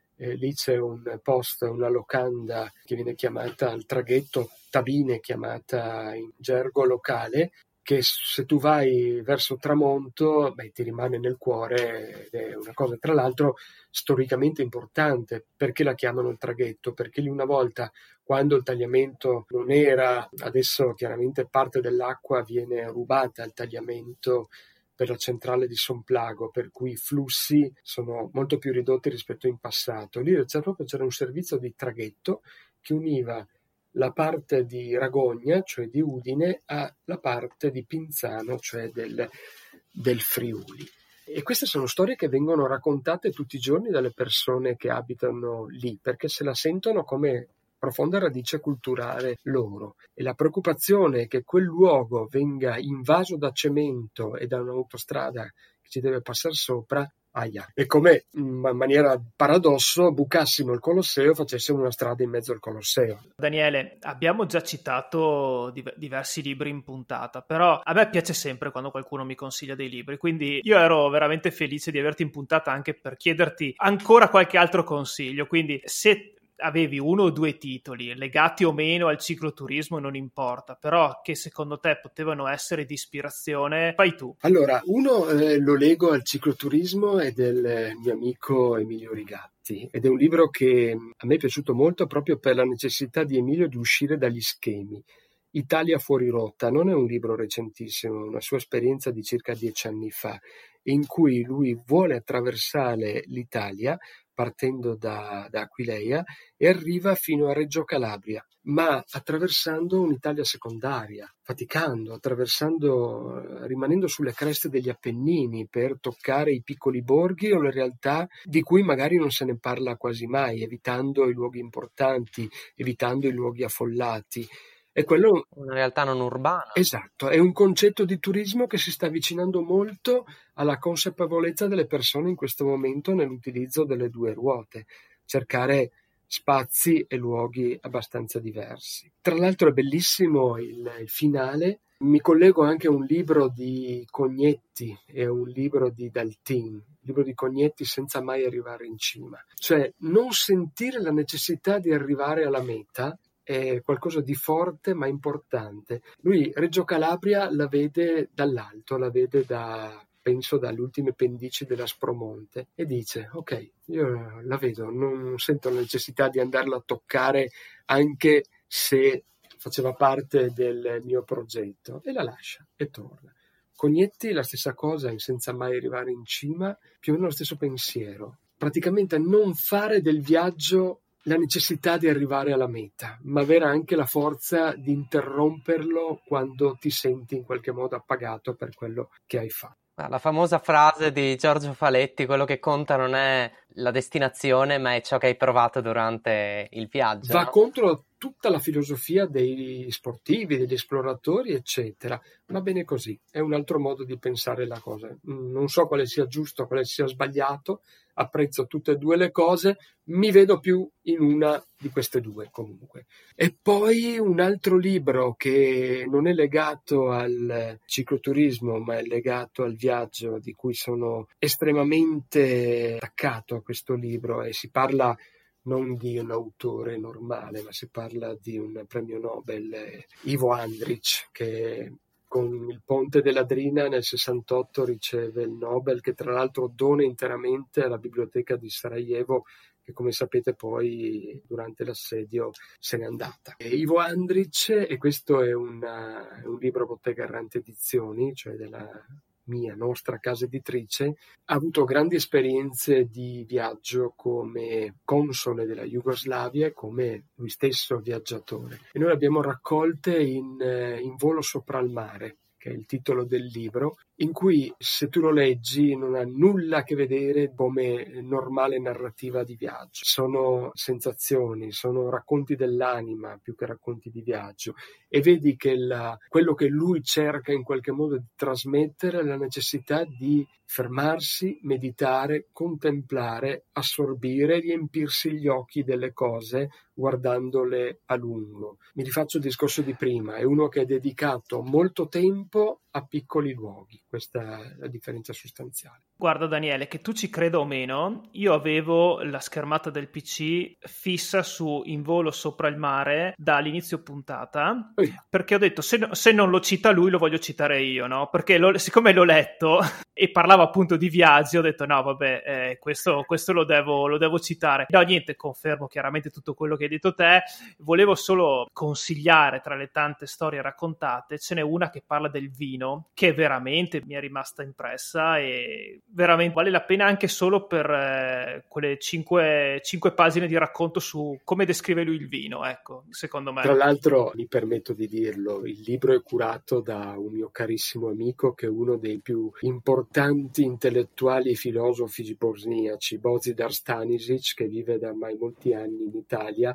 Lì c'è un posto, una locanda che viene chiamata il traghetto, tabine chiamata in gergo locale, che se tu vai verso tramonto, ti rimane nel cuore ed è una cosa tra l'altro storicamente importante. Perché la chiamano il traghetto? Perché lì una volta, quando il tagliamento non era, adesso chiaramente parte dell'acqua viene rubata al tagliamento per la centrale di Somplago, per cui i flussi sono molto più ridotti rispetto in passato. Lì c'era un servizio di traghetto che univa la parte di Ragogna, cioè di Udine, alla parte di Pinzano, cioè del Friuli. E queste sono storie che vengono raccontate tutti i giorni dalle persone che abitano lì, perché se la sentono come profonda radice culturale loro. E la preoccupazione che quel luogo venga invaso da cemento e da un'autostrada che ci deve passare sopra Aia. E come in maniera paradosso bucassimo il Colosseo, facessimo una strada in mezzo al Colosseo. Daniele, abbiamo già citato diversi libri in puntata, però a me piace sempre quando qualcuno mi consiglia dei libri, quindi io ero veramente felice di averti in puntata anche per chiederti ancora qualche altro consiglio, quindi se avevi 1 o 2 titoli legati o meno al cicloturismo non importa, però che secondo te potevano essere di ispirazione, fai tu. Allora, uno lo lego al cicloturismo, è del mio amico Emilio Rigatti, ed è un libro che a me è piaciuto molto proprio per la necessità di Emilio di uscire dagli schemi. Italia fuori rotta non è un libro recentissimo, è una sua esperienza di circa 10 anni fa, in cui lui vuole attraversare l'Italia partendo da Aquileia e arriva fino a Reggio Calabria, ma attraversando un'Italia secondaria, faticando, rimanendo sulle creste degli Appennini per toccare i piccoli borghi o le realtà di cui magari non se ne parla quasi mai, evitando i luoghi importanti, evitando i luoghi affollati. E quello, una realtà non urbana. esatto, è un concetto di turismo che si sta avvicinando molto alla consapevolezza delle persone in questo momento nell'utilizzo delle 2 ruote, cercare spazi e luoghi abbastanza diversi. Tra l'altro è bellissimo il finale. Mi collego anche a un libro di Cognetti e un libro di Daltin, il libro di Cognetti Senza mai arrivare in cima, cioè non sentire la necessità di arrivare alla meta è qualcosa di forte ma importante. Lui Reggio Calabria la vede dall'alto, la vede penso dalle ultime pendici dell'Aspromonte e dice: ok, io la vedo, non sento la necessità di andarla a toccare anche se faceva parte del mio progetto, e la lascia e torna. Cognetti la stessa cosa, Senza mai arrivare in cima, più o meno lo stesso pensiero, praticamente non fare del viaggio la necessità di arrivare alla meta, ma avere anche la forza di interromperlo quando ti senti in qualche modo appagato per quello che hai fatto. La famosa frase di Giorgio Faletti: quello che conta non è la destinazione, ma è ciò che hai provato durante il viaggio. Va no? contro tutta la filosofia dei sportivi, degli esploratori, eccetera. Va bene così, è un altro modo di pensare la cosa. Non so quale sia giusto, quale sia sbagliato, apprezzo tutte e 2 le cose, mi vedo più in una di queste 2 comunque. E poi un altro libro che non è legato al cicloturismo, ma è legato al viaggio, di cui sono estremamente attaccato a questo libro, e si parla non di un autore normale, ma si parla di un premio Nobel, Ivo Andrić, che con il Ponte della Drina nel 68 riceve il Nobel, che tra l'altro dona interamente alla biblioteca di Sarajevo, che come sapete poi durante l'assedio se n'è andata. Ivo Andrić, e questo è un libro Bottega Errante Edizioni, cioè della nostra casa editrice, ha avuto grandi esperienze di viaggio come console della Jugoslavia e come lui stesso viaggiatore, e noi le abbiamo raccolte in Volo sopra il mare, che è il titolo del libro, in cui, se tu lo leggi, non ha nulla a che vedere come normale narrativa di viaggio. Sono sensazioni, sono racconti dell'anima più che racconti di viaggio, e vedi che quello che lui cerca in qualche modo di trasmettere è la necessità di fermarsi, meditare, contemplare, assorbire, riempirsi gli occhi delle cose guardandole a lungo. Mi rifaccio il discorso di prima, è uno che ha dedicato molto tempo a piccoli luoghi. Questa è la differenza sostanziale. Guarda Daniele, che tu ci creda o meno, io avevo la schermata del PC fissa su In volo sopra il mare dall'inizio puntata, perché ho detto se non lo cita lui lo voglio citare io, no? Perché siccome l'ho letto e parlava appunto di viaggi, ho detto no vabbè, questo lo devo citare. No, niente, confermo chiaramente tutto quello che hai detto te. Volevo solo consigliare, tra le tante storie raccontate, ce n'è una che parla del vino, che veramente mi è rimasta impressa e veramente vale la pena anche solo per quelle 5 pagine di racconto su come descrive lui il vino, ecco, secondo me. Tra l'altro, mi permetto di dirlo, il libro è curato da un mio carissimo amico che è uno dei più importanti intellettuali e filosofi bosniaci, Božidar Stanisić, che vive da ormai molti anni in Italia,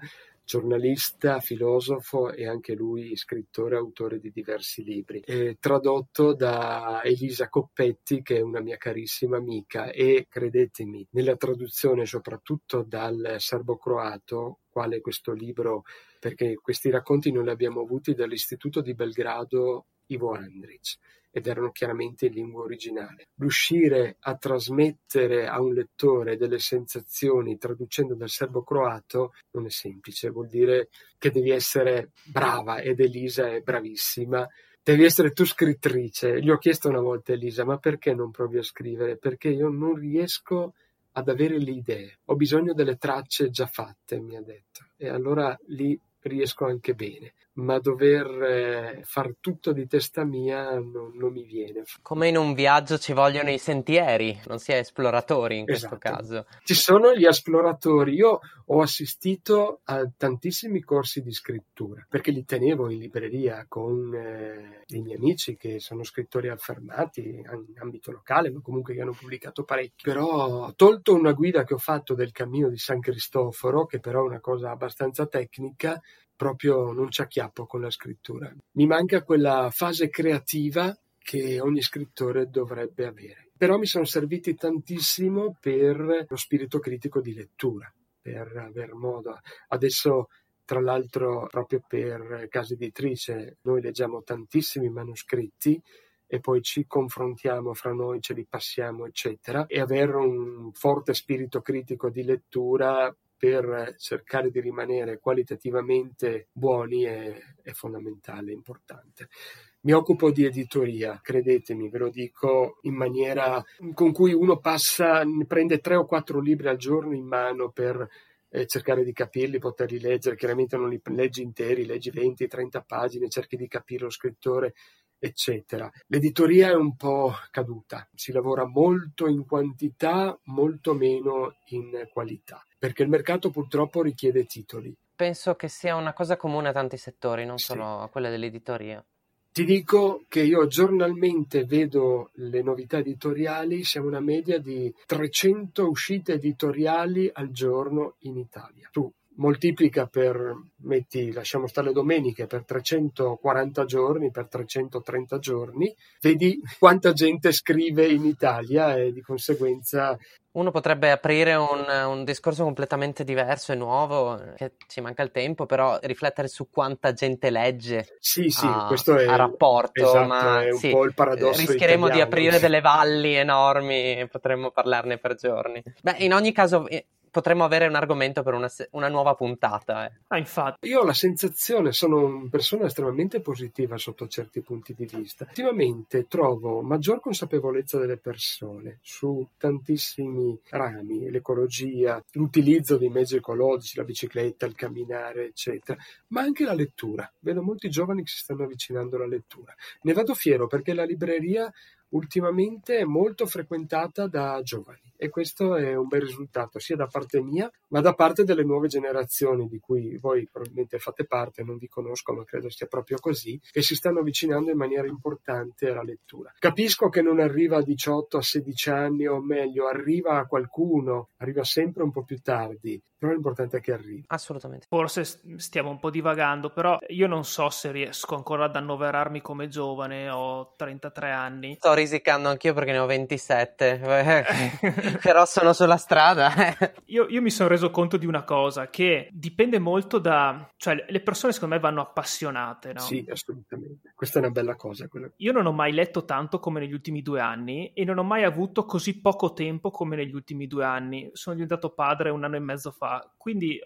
giornalista, filosofo e anche lui scrittore, autore di diversi libri, tradotto da Elisa Coppetti, che è una mia carissima amica, e credetemi, nella traduzione soprattutto dal serbo-croato, quale questo libro, perché questi racconti noi li abbiamo avuti dall'Istituto di Belgrado Ivo Andrić ed erano chiaramente in lingua originale. Riuscire a trasmettere a un lettore delle sensazioni traducendo dal serbo-croato non è semplice, vuol dire che devi essere brava, ed Elisa è bravissima. Devi essere tu scrittrice. Gli ho chiesto una volta a Elisa: ma perché non provi a scrivere? Perché io non riesco ad avere le idee, ho bisogno delle tracce già fatte, mi ha detto, e allora lì riesco anche bene, ma dover far tutto di testa mia non mi viene. Come in un viaggio ci vogliono i sentieri, non si è esploratori in questo Esatto. caso. Ci sono gli esploratori. Io ho assistito a tantissimi corsi di scrittura, perché li tenevo in libreria con dei miei amici che sono scrittori affermati in ambito locale, ma comunque che hanno pubblicato parecchio. Però, tolto una guida che ho fatto del Cammino di San Cristoforo, che però è una cosa abbastanza tecnica, proprio non ci acchiappo con la scrittura. Mi manca quella fase creativa che ogni scrittore dovrebbe avere. Però mi sono serviti tantissimo per lo spirito critico di lettura, per aver modo. Adesso, tra l'altro, proprio per casa editrice, noi leggiamo tantissimi manoscritti e poi ci confrontiamo fra noi, ce li passiamo, eccetera, e avere un forte spirito critico di lettura per cercare di rimanere qualitativamente buoni è fondamentale, è importante. Mi occupo di editoria, credetemi, ve lo dico in maniera con cui uno prende 3 o 4 libri al giorno in mano per cercare di capirli, poterli leggere. Chiaramente non li leggi interi, leggi 20-30 pagine, cerchi di capire lo scrittore, eccetera. L'editoria è un po' caduta, si lavora molto in quantità, molto meno in qualità, perché il mercato purtroppo richiede titoli. Penso che sia una cosa comune a tanti settori, non solo a quella dell'editoria. Ti dico che io giornalmente vedo le novità editoriali, siamo una media di 300 uscite editoriali al giorno in Italia. Tu moltiplica lasciamo stare le domeniche, per 340 giorni, per 330 giorni, vedi quanta gente scrive in Italia e di conseguenza... Uno potrebbe aprire un discorso completamente diverso e nuovo, che ci manca il tempo, però riflettere su quanta gente legge questo è, a rapporto, esatto, ma è un po' il paradosso rischieremo italiano. di aprire delle valli enormi e potremmo parlarne per giorni. Beh, in ogni caso potremmo avere un argomento per una nuova puntata. Infatti. Io ho la sensazione, sono una persona estremamente positiva sotto certi punti di vista. Ultimamente trovo maggior consapevolezza delle persone su tantissimi rami, l'ecologia, l'utilizzo dei mezzi ecologici, la bicicletta, il camminare, eccetera, ma anche la lettura. Vedo molti giovani che si stanno avvicinando alla lettura. Ne vado fiero perché la libreria ultimamente è molto frequentata da giovani e questo è un bel risultato sia da parte mia ma da parte delle nuove generazioni di cui voi probabilmente fate parte, non vi conosco ma credo sia proprio così, che si stanno avvicinando in maniera importante alla lettura. Capisco che non arriva a 18, a 16 anni o meglio, arriva a qualcuno, arriva sempre un po' più tardi, però l'importante è che arrivi. Assolutamente. Forse stiamo un po' divagando, però io non so se riesco ancora ad annoverarmi come giovane, ho 33 anni. Sto risicando anch'io perché ne ho 27, però sono sulla strada. Io mi sono reso conto di una cosa, che dipende molto cioè le persone secondo me vanno appassionate, no? Sì, assolutamente. Questa è una bella cosa. Io non ho mai letto tanto come negli ultimi 2 anni e non ho mai avuto così poco tempo come negli ultimi 2 anni. Sono diventato padre 1 anno e mezzo fa, quindi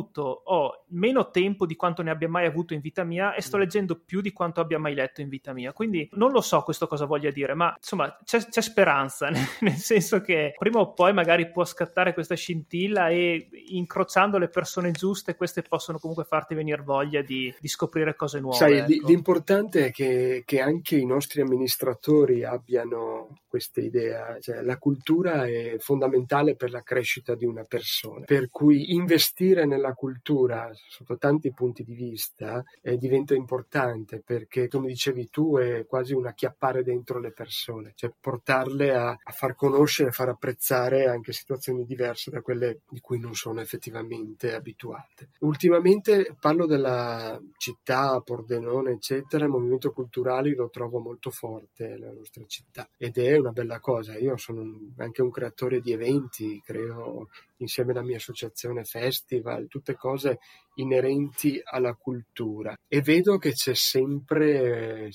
ho meno tempo di quanto ne abbia mai avuto in vita mia e sto leggendo più di quanto abbia mai letto in vita mia. Quindi non lo so questo cosa voglia dire, ma insomma c'è speranza, nel senso che prima o poi magari può scattare questa scintilla e incrociando le persone giuste queste possono comunque farti venire voglia di scoprire cose nuove. Sai, ecco. L'importante è che anche i nostri amministratori abbiano questa idea, cioè la cultura è fondamentale per la crescita di una persona, per cui investire nella cultura sotto tanti punti di vista diventa importante, perché come dicevi tu è quasi un acchiappare dentro le persone. persone, cioè portarle a far conoscere, a far apprezzare anche situazioni diverse da quelle di cui non sono effettivamente abituate. Ultimamente parlo della città, Pordenone, eccetera, il movimento culturale lo trovo molto forte nella nostra città ed è una bella cosa. Io sono anche un creatore di eventi, creo insieme alla mia associazione festival, tutte cose inerenti alla cultura, e vedo che c'è sempre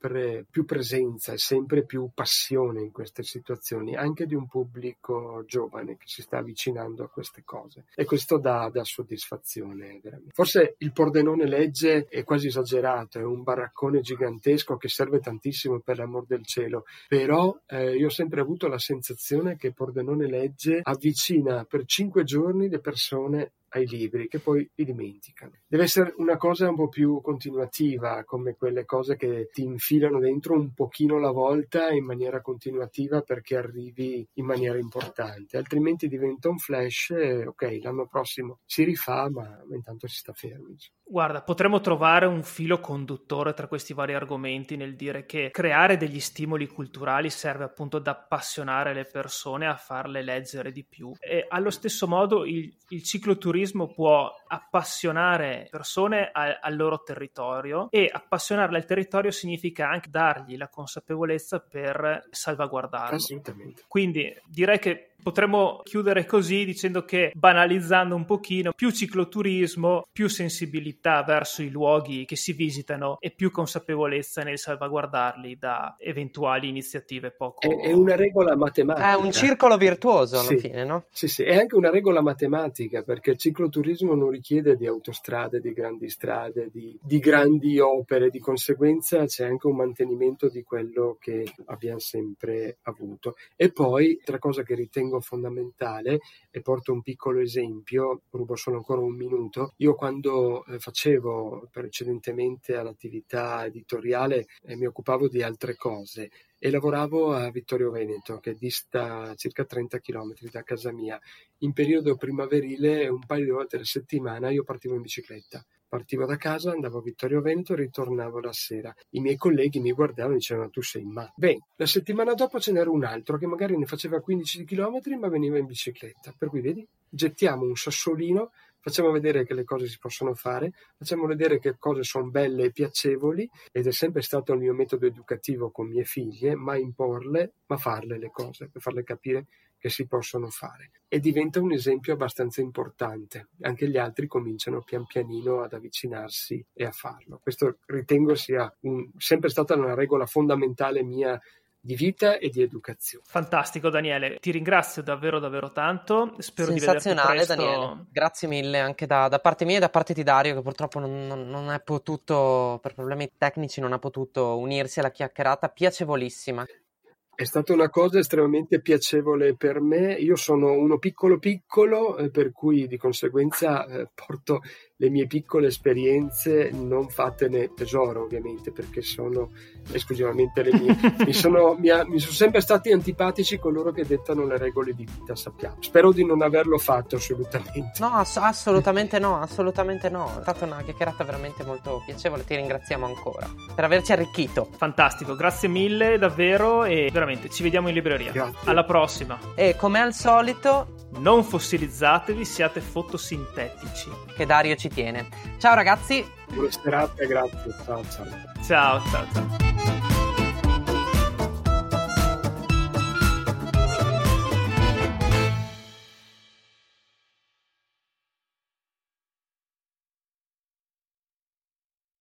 più presenza e sempre più passione in queste situazioni, anche di un pubblico giovane che si sta avvicinando a queste cose, e questo dà soddisfazione veramente. Forse il Pordenone Legge è quasi esagerato, è un baraccone gigantesco che serve tantissimo, per l'amor del cielo, però io ho sempre avuto la sensazione che Pordenone Legge avvicina per 5 giorni le persone ai libri, che poi li dimenticano. Deve essere una cosa un po' più continuativa, come quelle cose che ti infilano dentro un pochino alla volta in maniera continuativa perché arrivi in maniera importante, altrimenti diventa un flash e ok, l'anno prossimo si rifà, ma intanto si sta fermi. Guarda, potremmo trovare un filo conduttore tra questi vari argomenti nel dire che creare degli stimoli culturali serve appunto ad appassionare le persone, a farle leggere di più, e allo stesso modo il cicloturismo può appassionare persone al loro territorio, e appassionarle al territorio significa anche dargli la consapevolezza per salvaguardarlo. Assolutamente. Quindi direi che potremmo chiudere così dicendo che, banalizzando un pochino, più cicloturismo, più sensibilità verso i luoghi che si visitano e più consapevolezza nel salvaguardarli da eventuali iniziative poco... È una regola matematica. È un circolo virtuoso alla fine, no? Sì, è anche una regola matematica, perché il cicloturismo non richiede di autostrade, di grandi strade, di grandi opere, di conseguenza c'è anche un mantenimento di quello che abbiamo sempre avuto. E poi, altra cosa che ritengo fondamentale, e porto un piccolo esempio, rubo solo ancora un minuto. Io quando facevo precedentemente all'attività editoriale mi occupavo di altre cose e lavoravo a Vittorio Veneto, che dista circa 30 km da casa mia. In periodo primaverile, un paio di volte alla settimana, io partivo in bicicletta. Partivo da casa, andavo a Vittorio Veneto e ritornavo la sera. I miei colleghi mi guardavano e dicevano: tu sei ma. Bene, la settimana dopo ce n'era un altro che magari ne faceva 15 km ma veniva in bicicletta. Per cui vedi, gettiamo un sassolino, facciamo vedere che le cose si possono fare, facciamo vedere che cose sono belle e piacevoli, ed è sempre stato il mio metodo educativo con mie figlie, mai imporle, ma farle le cose, per farle capire che si possono fare. E diventa un esempio abbastanza importante. Anche gli altri cominciano pian pianino ad avvicinarsi e a farlo. Questo ritengo sia sempre stata una regola fondamentale mia di vita e di educazione. Fantastico, Daniele, ti ringrazio davvero davvero tanto, spero di vederti presto. Daniele, grazie mille anche da parte mia e da parte di Dario, che purtroppo non è potuto, per problemi tecnici, non ha potuto unirsi alla chiacchierata piacevolissima. È stata una cosa estremamente piacevole per me. Io sono uno piccolo, per cui di conseguenza porto le mie piccole esperienze, non fatene tesoro ovviamente, perché sono esclusivamente le mie. mi sono sempre stati antipatici coloro che dettano le regole di vita, sappiamo. Spero di non averlo fatto assolutamente. No, assolutamente no. È stata una chiacchierata veramente molto piacevole, ti ringraziamo ancora per averci arricchito. Fantastico, grazie mille davvero, e veramente ci vediamo in libreria. Grazie. Alla prossima. E come al solito, non fossilizzatevi, siate fotosintetici. Che Dario ci tiene. Ciao ragazzi. Buona serata, grazie. Ciao. Ciao.